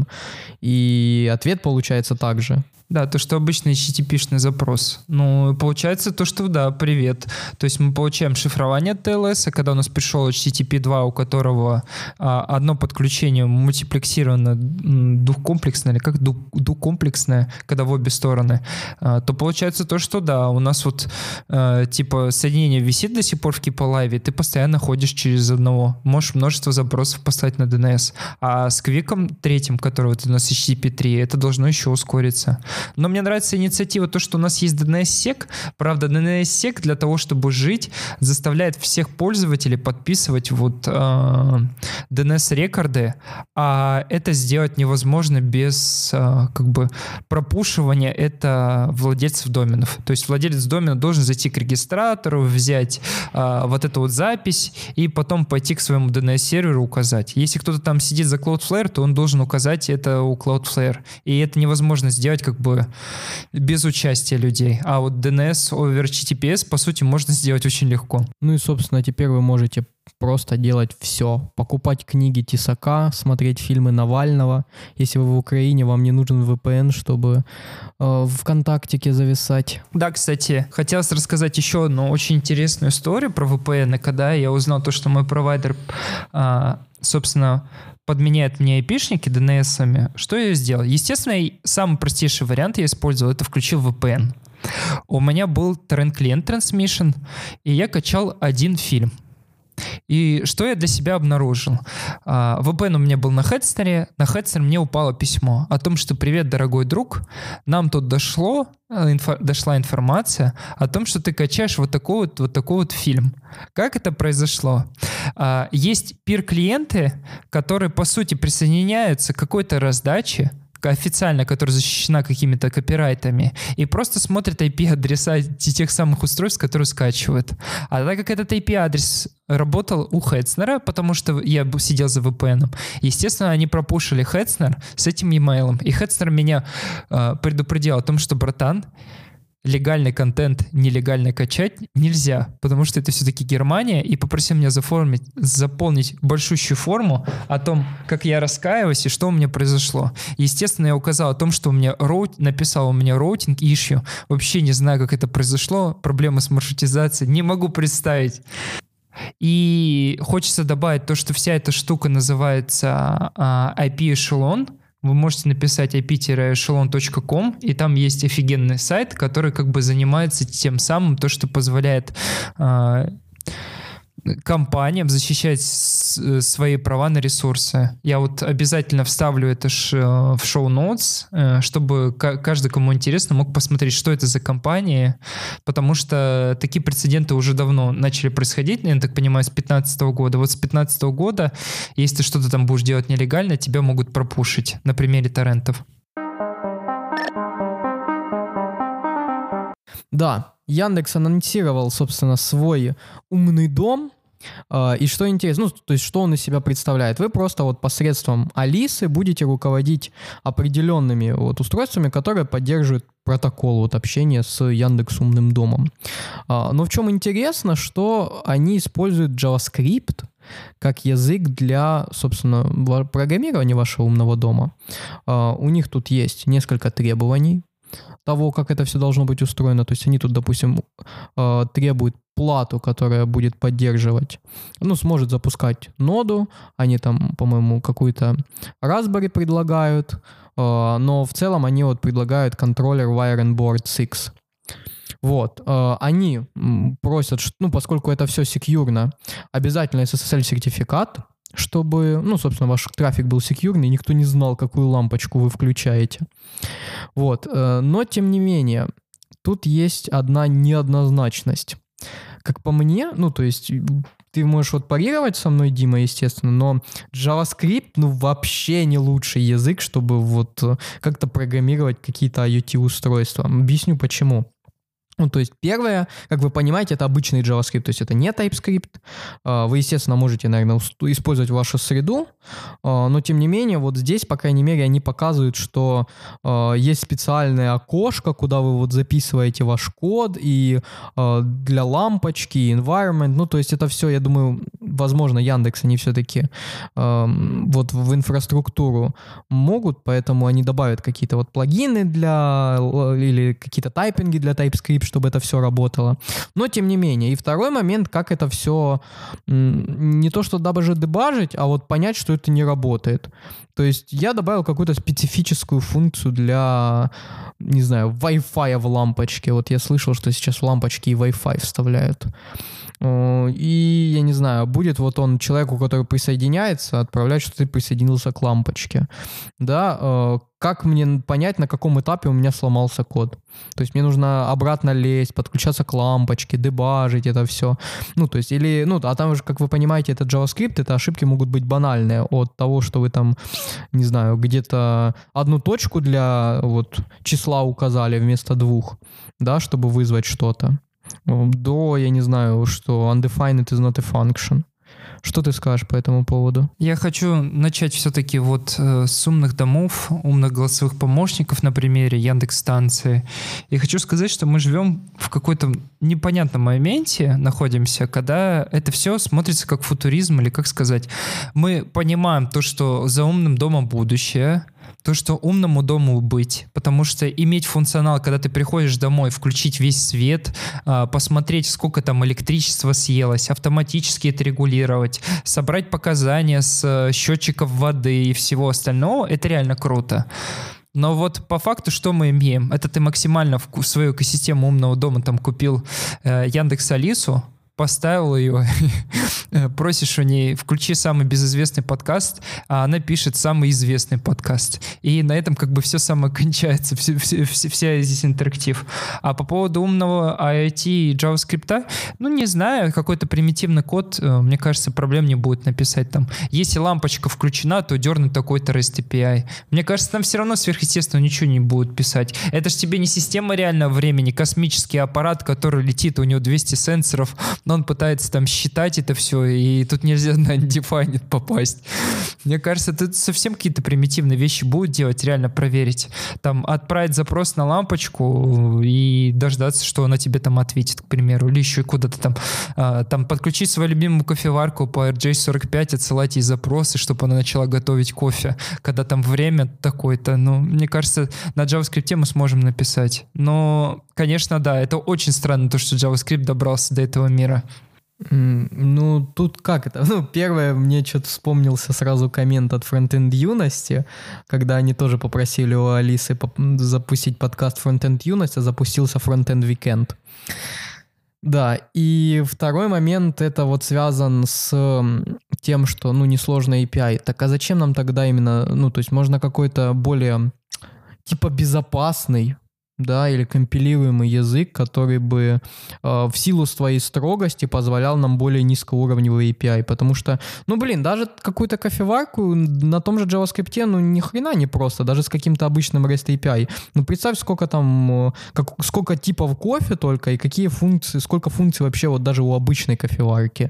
и ответ получается так же. Да, то, что обычный HTTP-шный запрос. Ну, получается то, что да, привет. То есть мы получаем шифрование от TLS, когда у нас пришел HTTP 2, у которого одно подключение мультиплексировано двухкомплексное, или как двухкомплексное, когда в обе стороны, то получается то, что да, у нас вот типа соединение висит до сих пор в Keep Alive, и ты постоянно ходишь через одного. Можешь множество запросов поставить на DNS. А с квиком третьим, который вот у нас HTTP 3, это должно еще ускориться. Но мне нравится инициатива, то, что у нас есть DNS-сек. Правда, DNS-сек для того, чтобы жить, заставляет всех пользователей подписывать вот DNS-рекорды, а это сделать невозможно без как бы пропушивания это владельцев доменов. То есть владелец домена должен зайти к регистратору, взять вот эту вот запись и потом пойти к своему DNS-серверу указать. Если кто-то там сидит за Cloudflare, то он должен указать это у Cloudflare. И это невозможно сделать как бы без участия людей. А вот DNS over HTTPS, по сути, можно сделать очень легко. Ну и, собственно, теперь вы можете просто делать все. Покупать книги Тесака, смотреть фильмы Навального. Если вы в Украине, вам не нужен VPN, чтобы ВКонтактике зависать. Да, кстати, хотелось рассказать еще одну очень интересную историю про VPN. Когда я узнал то, что мой провайдер, собственно, подменяет мне IP-шники DNS-ами, что я сделал? Естественно, самый простейший вариант я использовал, это включил VPN. У меня был торрент-клиент Transmission, и я качал один фильм. И что я для себя обнаружил? VPN у меня был на Headster, мне упало письмо о том, что «Привет, дорогой друг, нам тут дошла информация о том, что ты качаешь вот такой вот фильм». Как это произошло? Есть peer-клиенты, которые, по сути, присоединяются к какой-то раздаче, официально, которая защищена какими-то копирайтами, и просто смотрят IP-адреса тех самых устройств, которые скачивают. А так как этот IP-адрес работал у Hetzner, потому что я сидел за VPN, естественно, они пропушили Hetzner с этим e-mail. И Hetzner меня предупредил о том, что, братан, легальный контент нелегально качать нельзя, потому что это все-таки Германия, и попросил меня заполнить большущую форму о том, как я раскаиваюсь и что у меня произошло. Естественно, я указал о том, что написал у меня роутинг issue. Вообще не знаю, как это произошло. Проблемы с маршрутизацией. Не могу представить. И хочется добавить то, что вся эта штука называется IP-эшелон. Вы можете написать ip-echelon.com, и там есть офигенный сайт, который как бы занимается тем самым, то, что позволяет компаниям защищать свои права на ресурсы. Я вот обязательно вставлю это в шоу-ноутс, чтобы каждый, кому интересно, мог посмотреть, что это за компании, потому что такие прецеденты уже давно начали происходить, я так понимаю, с 2015 года. Вот с 2015 года, если ты что-то там будешь делать нелегально, тебя могут пропушить на примере торрентов. Да, Яндекс анонсировал, собственно, свой умный дом. И что интересно, ну, то есть что он из себя представляет? Вы просто вот посредством Алисы будете руководить определенными вот устройствами, которые поддерживают протокол вот общения с Яндекс умным домом. Но в чем интересно, что они используют JavaScript как язык для, собственно, программирования вашего умного дома. У них тут есть несколько требований того, как это все должно быть устроено. То есть они тут, допустим, требуют плату, которая будет поддерживать, ну, сможет запускать ноду. Они там, по-моему, какую-то Raspberry предлагают, но в целом они вот предлагают контроллер Wire and Board 6. Вот, они просят, ну, поскольку это все секьюрно, обязательно SSL-сертификат, чтобы, ну, собственно, ваш трафик был секьюрный, никто не знал, какую лампочку вы включаете. Вот, но, тем не менее, тут есть одна неоднозначность. Как по мне, ну, то есть ты можешь вот парировать со мной, Дима, естественно, но JavaScript, ну, вообще не лучший язык, чтобы вот как-то программировать какие-то IoT-устройства. Объясню почему. Ну, то есть первое, как вы понимаете, это обычный JavaScript, то есть это не TypeScript. Вы, естественно, можете, наверное, использовать вашу среду, но тем не менее, вот здесь, по крайней мере, они показывают, что есть специальное окошко, куда вы вот записываете ваш код, и для лампочки, и environment, ну, то есть это все, я думаю, возможно, Яндекс, они все-таки вот в инфраструктуру могут, поэтому они добавят какие-то вот плагины для, или какие-то тайпинги для TypeScript, чтобы это все работало. Но тем не менее. И второй момент, как это все не то, что даже дебажить, а вот понять, что это не работает. То есть я добавил какую-то специфическую функцию для, не знаю, Wi-Fi в лампочке. Вот я слышал, что сейчас в лампочки и Wi-Fi вставляют. И, я не знаю, будет вот он человеку, который присоединяется, отправлять, что ты присоединился к лампочке. Да, как мне понять, на каком этапе у меня сломался код? То есть мне нужно обратно лезть, подключаться к лампочке, дебажить это все. Ну, то есть, или, ну, а там же, как вы понимаете, это JavaScript, это ошибки могут быть банальные от того, что вы там, не знаю, где-то одну точку для вот числа указали вместо двух, да, чтобы вызвать что-то. До, я не знаю, что undefined is not a function. Что ты скажешь по этому поводу? Я хочу начать все-таки вот с умных домов, умных голосовых помощников на примере Яндекс.Станции. И хочу сказать, что мы живем в какой-то непонятном моменте, находимся, когда это все смотрится как футуризм, или как сказать. Мы понимаем то, что за умным домом будущее, то, что умному дому быть, потому что иметь функционал, когда ты приходишь домой, включить весь свет, посмотреть, сколько там электричества съелось, автоматически это регулировать, собрать показания с счетчиков воды и всего остального, это реально круто. Но вот по факту что мы имеем? Это ты максимально в свою экосистему умного дома там купил Яндекс Алису, поставил ее, просишь у ней, включи самый безызвестный подкаст, а она пишет самый известный подкаст. И на этом как бы все самое кончается, вся здесь интерактив. А по поводу умного IoT и JavaScript, ну не знаю, какой-то примитивный код, мне кажется, проблем не будет написать там. Если лампочка включена, то дернуть такой-то REST API. Мне кажется, там все равно сверхъестественно ничего не будут писать. Это же тебе не система реального времени, космический аппарат, который летит, у него 200 сенсоров, но он пытается там считать это все, и тут нельзя на undefined попасть. Мне кажется, тут совсем какие-то примитивные вещи будут делать, реально проверить. Там отправить запрос на лампочку и дождаться, что она тебе там ответит, к примеру, или еще куда-то там подключить свою любимую кофеварку по RJ45, отсылать ей запросы, чтобы она начала готовить кофе, когда там время такое-то. Ну, мне кажется, на JavaScript мы сможем написать. Но, конечно, да, это очень странно, то, что JavaScript добрался до этого мира. Ну, тут как это? Ну, первое, мне что-то вспомнился сразу коммент от Frontend Юности, когда они тоже попросили у Алисы запустить подкаст Frontend Юность, а запустился Frontend Weekend. Да, и второй момент, это вот связан с тем, что, ну, несложный API. Так а зачем нам тогда именно, ну, то есть можно какой-то более, типа, безопасный, да, или компилируемый язык, который бы в силу своей строгости позволял нам более низкоуровневый API, потому что, даже какую-то кофеварку на том же JavaScript, ни хрена не просто, даже с каким-то обычным REST API. Представь, сколько там, сколько типов кофе только и какие функции, сколько функций вообще вот даже у обычной кофеварки.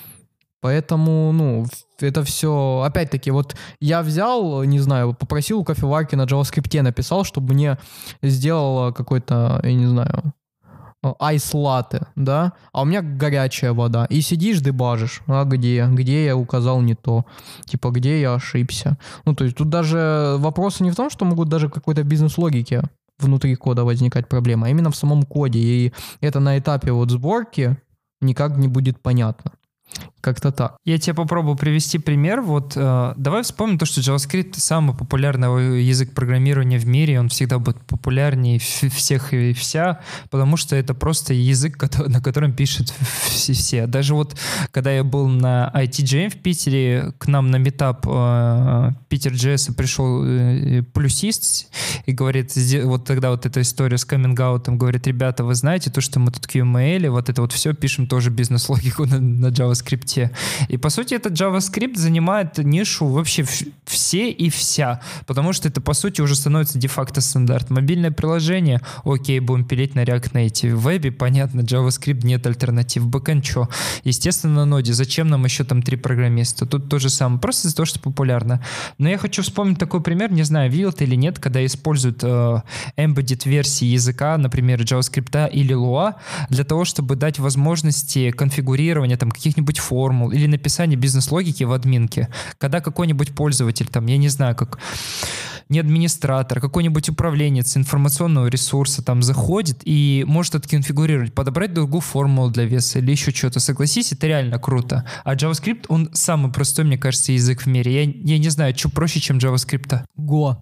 Поэтому, это все, опять-таки, вот я взял, не знаю, попросил у кофеварки на JavaScript, написал, чтобы мне сделала какой-то, я не знаю, айс-латте, да, а у меня горячая вода, и сидишь, дебажишь, а где я указал не то, типа, где я ошибся. То есть тут даже вопросы не в том, что могут даже в какой-то бизнес-логике внутри кода возникать проблемы, а именно в самом коде, и это на этапе вот сборки никак не будет понятно. Как-то так. Я тебе попробую привести пример. Давай вспомним то, что JavaScript самый популярный язык программирования в мире. Он всегда будет популярнее всех и вся, потому что это просто язык, на котором пишут все. Даже когда я был на ITJM в Питере, к нам на митап Питер.js пришел плюсист и говорит, тогда эта история с каминг-аутом, говорит, ребята, вы знаете то, что мы тут QML, это все пишем тоже бизнес-логику на JavaScript. И, по сути, этот JavaScript занимает нишу вообще все и вся, потому что это, по сути, уже становится де-факто стандарт. Мобильное приложение, окей, будем пилить на React Native. В вебе, понятно, JavaScript нет альтернатив. Бэкэнд что? Естественно, на ноде. Зачем нам еще там 3 программиста? Тут то же самое. Просто из-за того, что популярно. Но я хочу вспомнить такой пример, не знаю, видел ты или нет, когда используют embedded версии языка, например, JavaScript или Lua, для того, чтобы дать возможности конфигурирования там каких-нибудь формул или написания бизнес-логики в админке. Когда какой-нибудь пользователь, я не знаю, как не администратор, какой-нибудь управленец информационного ресурса заходит и может отконфигурировать, подобрать другую формулу для веса или еще что-то. Согласись, это реально круто. А JavaScript, он самый простой, мне кажется, язык в мире. Я не знаю, что проще, чем JavaScript. Go.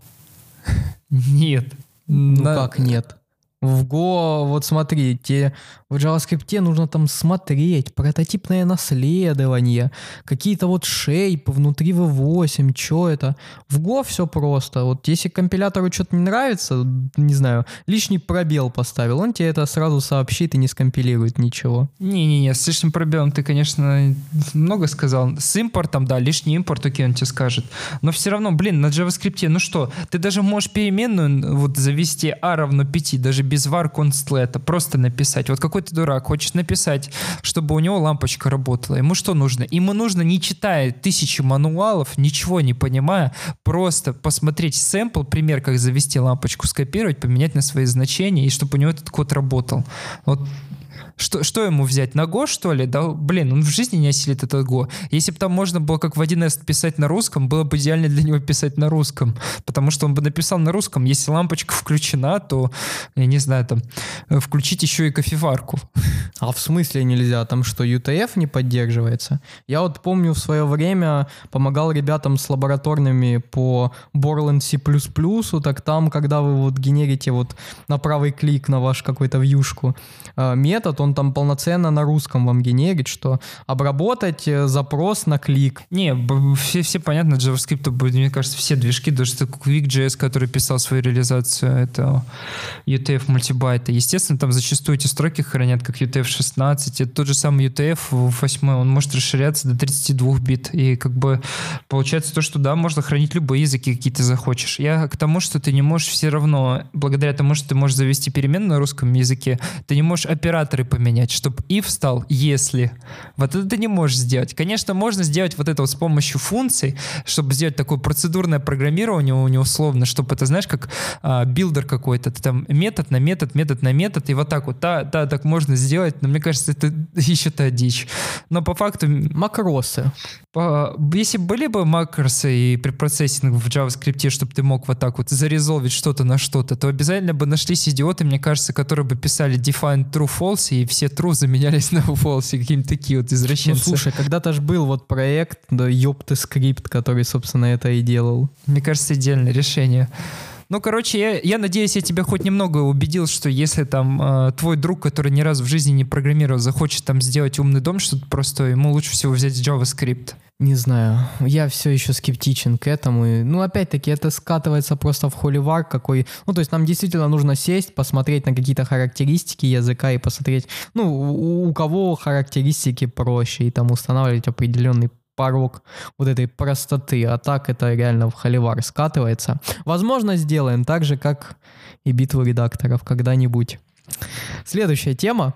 Нет. Как нет? В Go, смотри, тебе в JavaScript нужно там смотреть, прототипное наследование, какие-то шейпы внутри V8, что это? В Go все просто. Если компилятору что-то не нравится, не знаю, лишний пробел поставил, он тебе это сразу сообщит и не скомпилирует ничего. Не-не-не, с лишним пробелом ты, конечно, много сказал. С импортом, да, лишний импорт, окей, он тебе скажет. Но все равно, на JavaScript, ты даже можешь переменную завести a равно 5, даже без var const просто написать. Какой-то дурак хочет написать, чтобы у него лампочка работала. Ему что нужно? Ему нужно, не читая 1000 мануалов, ничего не понимая, просто посмотреть сэмпл, пример, как завести лампочку, скопировать, поменять на свои значения, и чтобы у него этот код работал. Что ему взять? На Go, что ли? Да, он в жизни не осилит этот Go. Если бы там можно было как в 1С писать на русском, было бы идеально для него писать на русском. Потому что он бы написал на русском. Если лампочка включена, то, я не знаю, включить еще и кофеварку. А в смысле нельзя? Там что, UTF не поддерживается? Я помню, в свое время помогал ребятам с лабораторными по Borland C++, так там, когда вы генерите на правый клик на ваш какой-то вьюшку метод, он там полноценно на русском вам генерит, что обработать запрос на клик. Не, все понятно, JavaScript, мне кажется, все движки, даже Quick.js, который писал свою реализацию, это UTF мультибайта. Естественно, там зачастую эти строки хранят как UTF-16, это тот же самый UTF-8, он может расширяться до 32 бит, и получается то, что да, можно хранить любые языки, какие ты захочешь. Я к тому, что ты не можешь все равно, благодаря тому, что ты можешь завести переменную на русском языке, ты не можешь операторы поменять, чтобы if стал если. Это ты не можешь сделать. Конечно, можно сделать это с помощью функций, чтобы сделать такое процедурное программирование условно, чтобы это, знаешь, как билдер какой-то. Ты там метод на метод, метод на метод, и так можно сделать, но мне кажется, это еще та дичь. Но по факту... Макросы. Если были бы макросы и препроцессинг в JavaScript, чтобы ты мог зарезолвить что-то на что-то, то обязательно бы нашлись идиоты, мне кажется, которые бы писали define true false, и все true заменялись на false, какие-нибудь такие извращенцы. Слушай, когда-то же был проект, да, ёпты скрипт, который, собственно, это и делал. Мне кажется, идеальное решение. Ну, короче, я надеюсь, я тебя хоть немного убедил, что если там твой друг, который ни разу в жизни не программировал, захочет там сделать умный дом, что-то просто ему лучше всего взять JavaScript. Не знаю, я все еще скептичен к этому. Ну, опять-таки, это скатывается просто в холивар какой. Ну, то есть нам действительно нужно сесть, посмотреть на какие-то характеристики языка и посмотреть, ну, у кого характеристики проще, и там устанавливать определенный порог вот этой простоты. А так это реально в холивар скатывается. Возможно, сделаем так же, как и битву редакторов когда-нибудь. Следующая тема.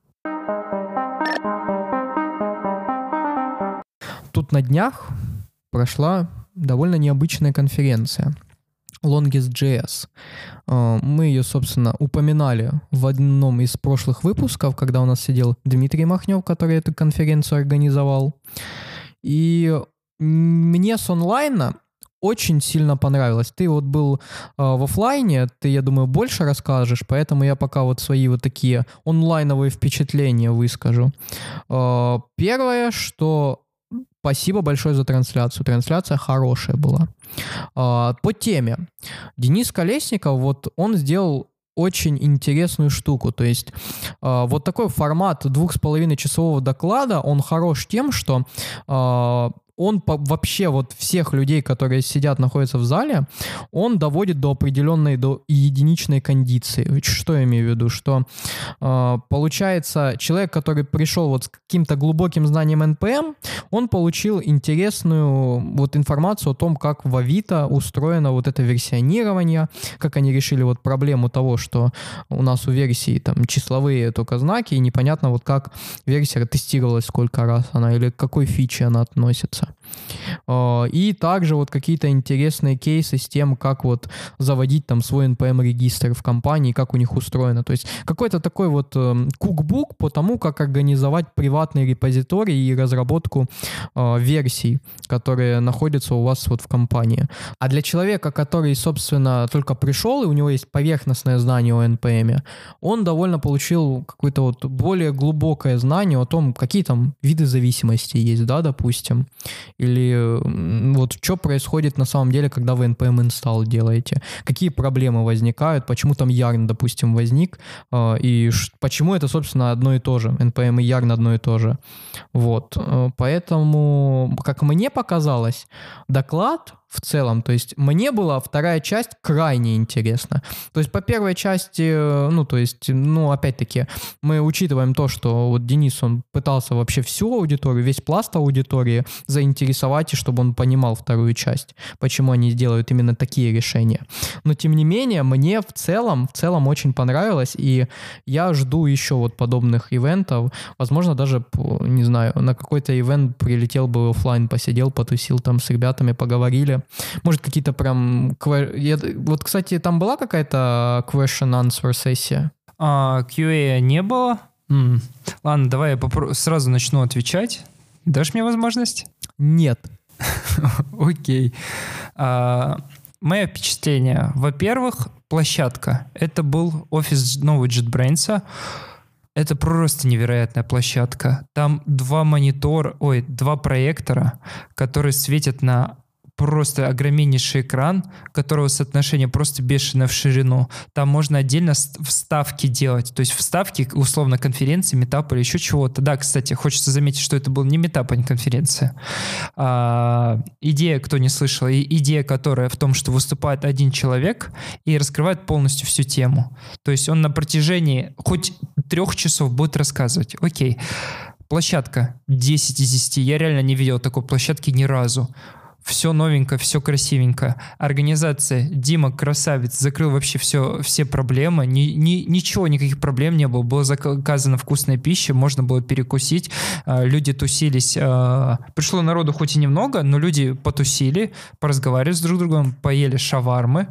Тут на днях прошла довольно необычная конференция Longest.js. Мы ее, собственно, упоминали в одном из прошлых выпусков, когда у нас сидел Дмитрий Махнев, который эту конференцию организовал. И мне с онлайна очень сильно понравилось. Ты вот был в офлайне, ты, я думаю, больше расскажешь, поэтому я пока вот свои вот такие онлайновые впечатления выскажу. Первое, что спасибо большое за трансляцию. Трансляция хорошая была. По теме. Денис Колесников, вот он сделал очень интересную штуку. То есть вот такой формат 2,5-часового доклада, он хорош тем, что он вообще вот всех людей, которые сидят, находятся в зале, он доводит до определенной, до единичной кондиции. Что я имею в виду? Что получается, человек, который пришел вот с каким-то глубоким знанием NPM, он получил интересную вот информацию о том, как в Авито устроено вот это версионирование, как они решили вот проблему того, что у нас у версии там числовые только знаки, и непонятно вот как версия тестировалась, сколько раз она, или к какой фиче она относится. И также вот какие-то интересные кейсы с тем, как вот заводить там свой NPM-регистр в компании, как у них устроено. То есть какой-то такой вот кукбук по тому, как организовать приватный репозиторий и разработку версий, которые находятся у вас вот в компании. А для человека, который, собственно, только пришел, и у него есть поверхностное знание о NPM, он довольно получил какое-то вот более глубокое знание о том, какие там виды зависимости есть, да, допустим. Или вот что происходит на самом деле, когда вы npm install делаете, какие проблемы возникают, почему там yarn, допустим, возник, и почему это, собственно, одно и то же, npm и yarn одно и то же. Вот, поэтому, как мне показалось, доклад в целом, то есть мне была вторая часть крайне интересна. То есть по первой части, опять-таки, мы учитываем то, что вот Денис, он пытался вообще всю аудиторию, весь пласт аудитории заинтересовать, и чтобы он понимал вторую часть, почему они делают именно такие решения. Но тем не менее, мне в целом очень понравилось, и я жду еще вот подобных ивентов. Возможно, даже, не знаю, на какой-то ивент прилетел бы офлайн, посидел, потусил там с ребятами, поговорили. Может, какие-то прям... Вот, кстати, там была какая-то question-answer сессия? QA не было. Ладно, давай я сразу начну отвечать. Дашь мне возможность? Нет. Окей. Мое впечатление. Во-первых, площадка. Это был офис нового JetBrains. Это просто невероятная площадка. Там два проектора, которые светят на просто огромнейший экран, которого соотношение просто бешеное в ширину. Там можно отдельно вставки делать. То есть вставки, условно, конференции, митап или еще чего-то. Да, кстати, хочется заметить, что это был не митап, а не конференция. Идея, кто не слышал, идея, которая в том, что выступает один человек и раскрывает полностью всю тему. То есть он на протяжении хоть 3 часов будет рассказывать. Окей. Площадка 10 из 10. Я реально не видел такой площадки ни разу. Все новенько, все красивенько. Организация, Дима, красавец, закрыл вообще все проблемы. Ничего, никаких проблем не было. Была заказана вкусная пища, можно было перекусить. Люди тусились. Пришло народу хоть и немного, но люди потусили, поразговаривали с друг другом, поели шавармы.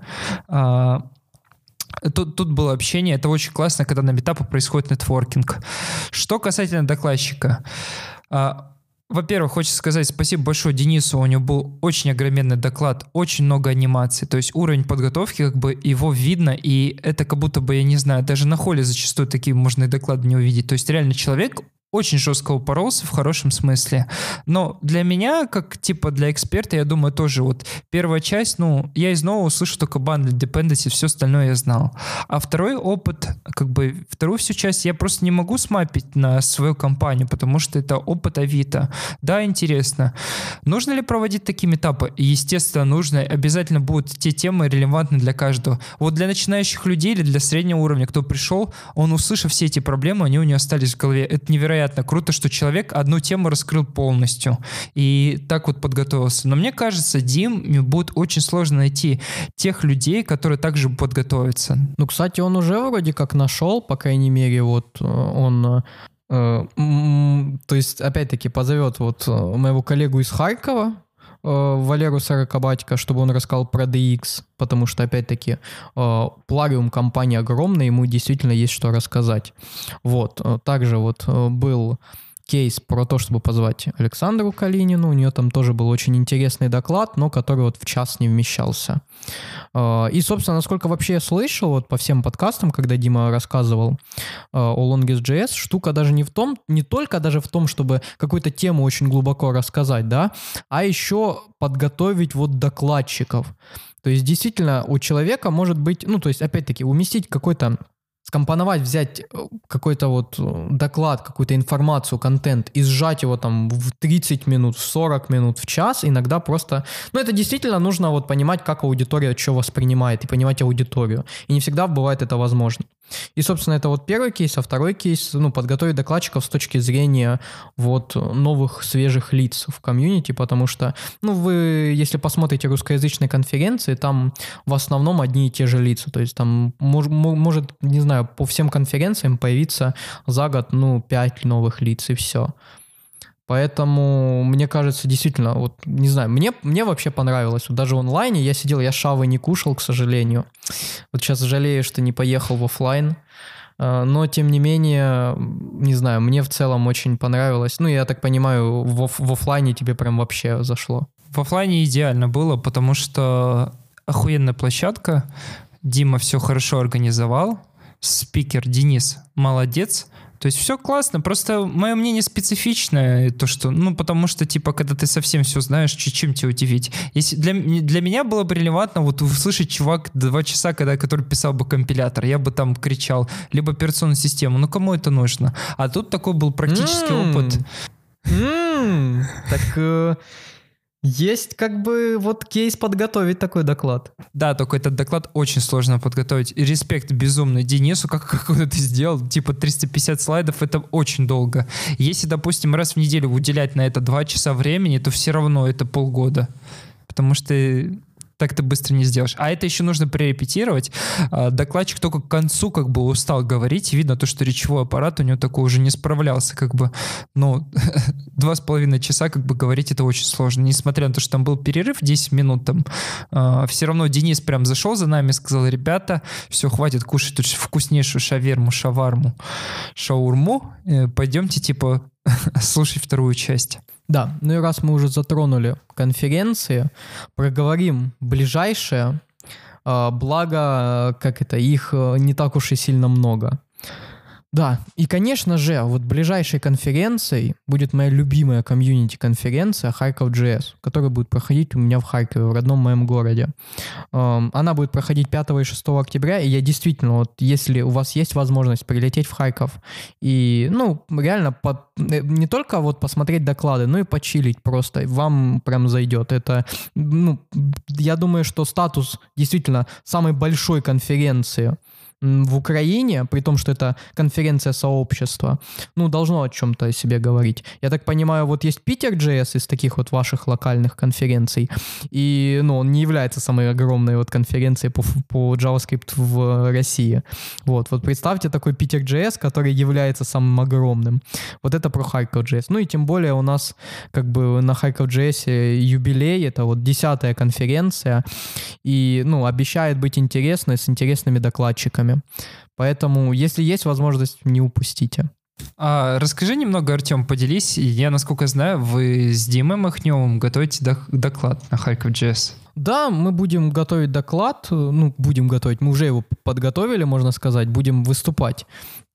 Тут было общение. Это очень классно, когда на митапах происходит нетворкинг. Что касательно докладчика. Во-первых, хочется сказать спасибо большое Денису, у него был очень огроменный доклад, очень много анимаций, то есть уровень подготовки, как бы его видно, и это как будто бы, я не знаю, даже на холле зачастую такие можно и доклады не увидеть, то есть реально человек очень жестко упоролся в хорошем смысле. Но для меня, как типа для эксперта, я думаю, тоже вот первая часть, я из нового услышу только bundle dependency, все остальное я знал. А второй опыт, как бы вторую всю часть я просто не могу смапить на свою компанию, потому что это опыт Авито. Да, интересно. Нужно ли проводить такие этапы? Естественно, нужно. Обязательно будут те темы релевантны для каждого. Вот для начинающих людей или для среднего уровня, кто пришел, он, услышав все эти проблемы, они у него остались в голове. Это невероятно круто, что человек одну тему раскрыл полностью и так вот подготовился. Но мне кажется, Диме будет очень сложно найти тех людей, которые также подготовятся. Кстати, он уже вроде как нашел, по крайней мере, вот он... то есть, опять-таки, позовет вот моего коллегу из Харькова, Валеру Сорокобатько, чтобы он рассказал про DX, потому что, опять-таки, Plarium компания огромная, ему действительно есть что рассказать. Вот. Также вот был кейс про то, чтобы позвать Александру Калинину. У нее там тоже был очень интересный доклад, но который вот в час не вмещался. И, собственно, насколько вообще я слышал вот по всем подкастам, когда Дима рассказывал о Longest.js, штука даже не только даже в том, чтобы какую-то тему очень глубоко рассказать, да, а еще подготовить вот докладчиков. То есть, действительно, у человека может быть, то есть, опять-таки, уместить какой-то скомпоновать, взять какой-то вот доклад, какую-то информацию, контент и сжать его там в 30 минут, в 40 минут, в час, иногда просто... это действительно нужно вот понимать, как аудитория что воспринимает, и понимать аудиторию. И не всегда бывает это возможно. И, собственно, это вот первый кейс, а второй кейс, подготовить докладчиков с точки зрения вот новых свежих лиц в комьюнити, потому что, вы, если посмотрите русскоязычные конференции, там в основном одни и те же лица, то есть там может, не знаю, по всем конференциям появиться за год, 5 новых лиц и все. Поэтому, мне кажется, действительно, вот, не знаю, мне вообще понравилось. Вот даже в онлайне я сидел, я шавы не кушал, к сожалению. Вот сейчас жалею, что не поехал в офлайн. Но, тем не менее, не знаю, мне в целом очень понравилось. Я так понимаю, в офлайне тебе прям вообще зашло. В офлайне идеально было, потому что охуенная площадка. Дима все хорошо организовал. Спикер Денис молодец. То есть все классно, просто мое мнение специфичное, то что, потому что, когда ты совсем все знаешь, чем тебя удивить. Если для меня было бы релевантно вот услышать чувак 2 часа, который писал бы компилятор, я бы там кричал, либо операционную систему, кому это нужно? А тут такой был практический опыт. Так... Есть вот кейс подготовить такой доклад. Да, только этот доклад очень сложно подготовить. И респект безумный Денису, как он это сделал. 350 слайдов, это очень долго. Если, допустим, раз в неделю уделять на это 2 часа времени, то все равно это полгода. Потому что так ты быстро не сделаешь. А это еще нужно прорепетировать. Докладчик только к концу устал говорить. Видно то, что речевой аппарат у него такой уже не справлялся. 2,5 часа говорить это очень сложно. Несмотря на то, что там был перерыв 10 минут, там все равно Денис прям зашел за нами и сказал: ребята, все, хватит кушать тут вкуснейшую шаурму. Пойдемте слушать вторую часть. Да, и раз мы уже затронули конференции, проговорим ближайшие, благо, их не так уж и сильно много. Да, и, конечно же, вот ближайшей конференцией будет моя любимая комьюнити-конференция Харьков.js, которая будет проходить у меня в Харькове, в родном моем городе. Она будет проходить 5 и 6 октября, и я действительно, если у вас есть возможность прилететь в Харьков и, реально не только посмотреть доклады, но и почилить просто, вам прям зайдет. Это, я думаю, что статус действительно самой большой конференции в Украине, при том, что это конференция сообщества, должно о чем-то о себе говорить. Я так понимаю, есть Питер.js из таких ваших локальных конференций, и, он не является самой огромной конференцией по JavaScript в России. Вот представьте такой Питер.js, который является самым огромным. Вот это про Харьков.js. И тем более у нас на Харьков.js юбилей, это 10-я конференция, и, обещает быть интересной, с интересными докладчиками. Поэтому, если есть возможность, не упустите. Расскажи немного, Артем, поделись. Я, насколько знаю, вы с Димой Махневым готовите доклад на Харьков.js. Да, мы будем готовить доклад. Мы уже его подготовили, можно сказать. Будем выступать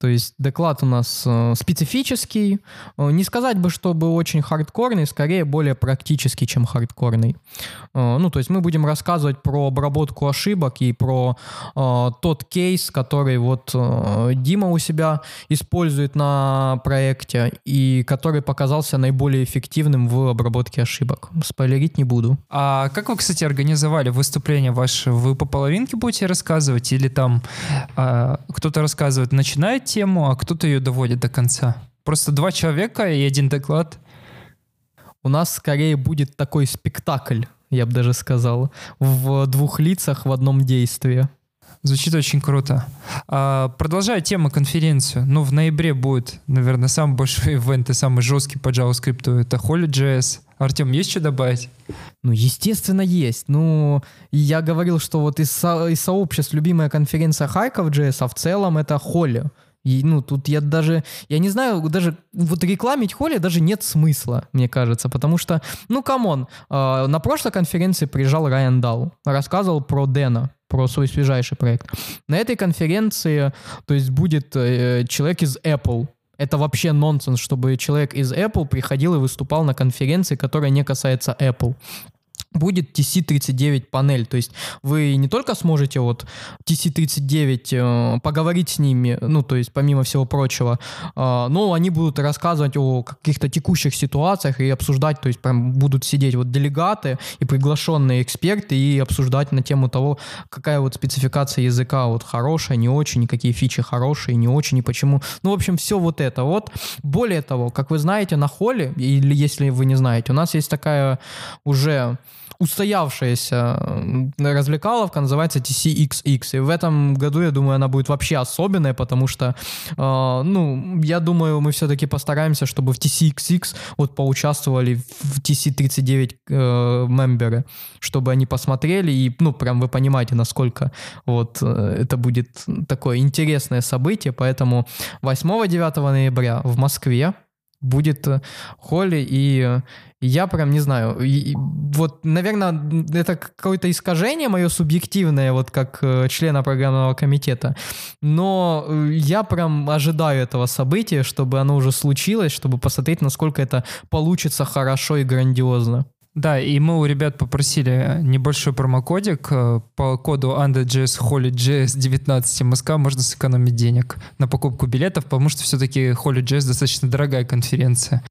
То есть доклад у нас специфический. Не сказать бы, чтобы очень хардкорный, скорее более практический, чем хардкорный. Ну, то есть мы будем рассказывать про обработку ошибок и про тот кейс, который вот Дима у себя использует на проекте и который показался наиболее эффективным в обработке ошибок. Спойлерить не буду. А как вы, кстати, организовали выступление ваше? Вы по половинке будете рассказывать или там кто-то рассказывает, начинает тему, а кто-то ее доводит до конца? Просто 2 человека и 1 доклад? У нас скорее будет такой спектакль, я бы даже сказал, в 2 лицах в одном действии. Звучит очень круто. Продолжая тему конференцию. Ну, в ноябре будет, наверное, самый большой ивент и самый жесткий по JavaScript. Это Holy.js. Артем, есть что добавить? Ну, естественно, есть. Ну, я говорил, что вот из сообществ любимая конференция Харьков.js, а в целом это Holy. И, ну, тут я не знаю, даже вот рекламить Holy даже нет смысла, мне кажется, потому что, ну, камон, на прошлой конференции приезжал Райан Дал, рассказывал про Дэна, про свой свежайший проект. На этой конференции, то есть, будет человек из Apple. Это вообще нонсенс, чтобы человек из Apple приходил и выступал на конференции, которая не касается Apple. Будет TC39 панель, то есть вы не только сможете вот TC39 поговорить с ними, ну, то есть помимо всего прочего, но они будут рассказывать о каких-то текущих ситуациях и обсуждать, то есть прям будут сидеть вот делегаты и приглашенные эксперты и обсуждать на тему того, какая вот спецификация языка вот хорошая, не очень, какие фичи хорошие, не очень, и почему. Ну, в общем, все вот это вот. Более того, как вы знаете, на Холле, или если вы не знаете, у нас есть такая уже устоявшаяся развлекаловка, называется TCXX. И в этом году, я думаю, она будет вообще особенная, потому что, ну, я думаю, мы все-таки постараемся, чтобы в TCXX вот поучаствовали в TC39 мемберы, чтобы они посмотрели и, ну, прям вы понимаете, насколько вот это будет такое интересное событие, поэтому 8-9 ноября в Москве будет Холли, и я прям не знаю, вот, наверное, это какое-то искажение мое субъективное, вот как члена программного комитета, но я прям ожидаю этого события, чтобы оно уже случилось, чтобы посмотреть, насколько это получится хорошо и грандиозно. Да, и мы у ребят попросили небольшой промокодик по коду under.js holy.js 19 МСК, можно сэкономить денег на покупку билетов, потому что все-таки Holy.js достаточно дорогая конференция.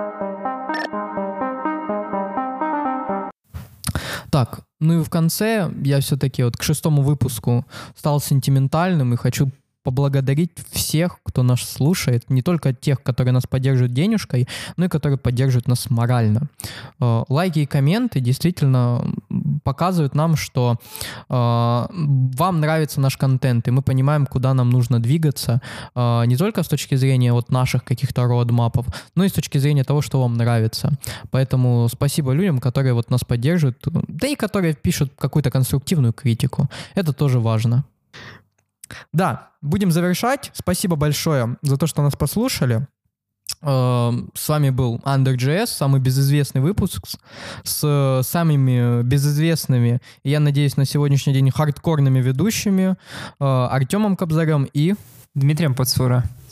Так, ну и в конце я все-таки вот к 6-му выпуску стал сентиментальным и хочу поблагодарить всех, кто нас слушает, не только тех, которые нас поддерживают денежкой, но и которые поддерживают нас морально. Лайки и комменты действительно показывают нам, что вам нравится наш контент, и мы понимаем, куда нам нужно двигаться, не только с точки зрения вот наших каких-то роудмапов, но и с точки зрения того, что вам нравится. Поэтому спасибо людям, которые вот нас поддерживают, да и которые пишут какую-то конструктивную критику. Это тоже важно. Да, будем завершать. Спасибо большое за то, что нас послушали. С вами был Under.js, самый безызвестный выпуск с самыми безызвестными, и я надеюсь, на сегодняшний день хардкорными ведущими Артемом Кобзарем и Дмитрием Подсура.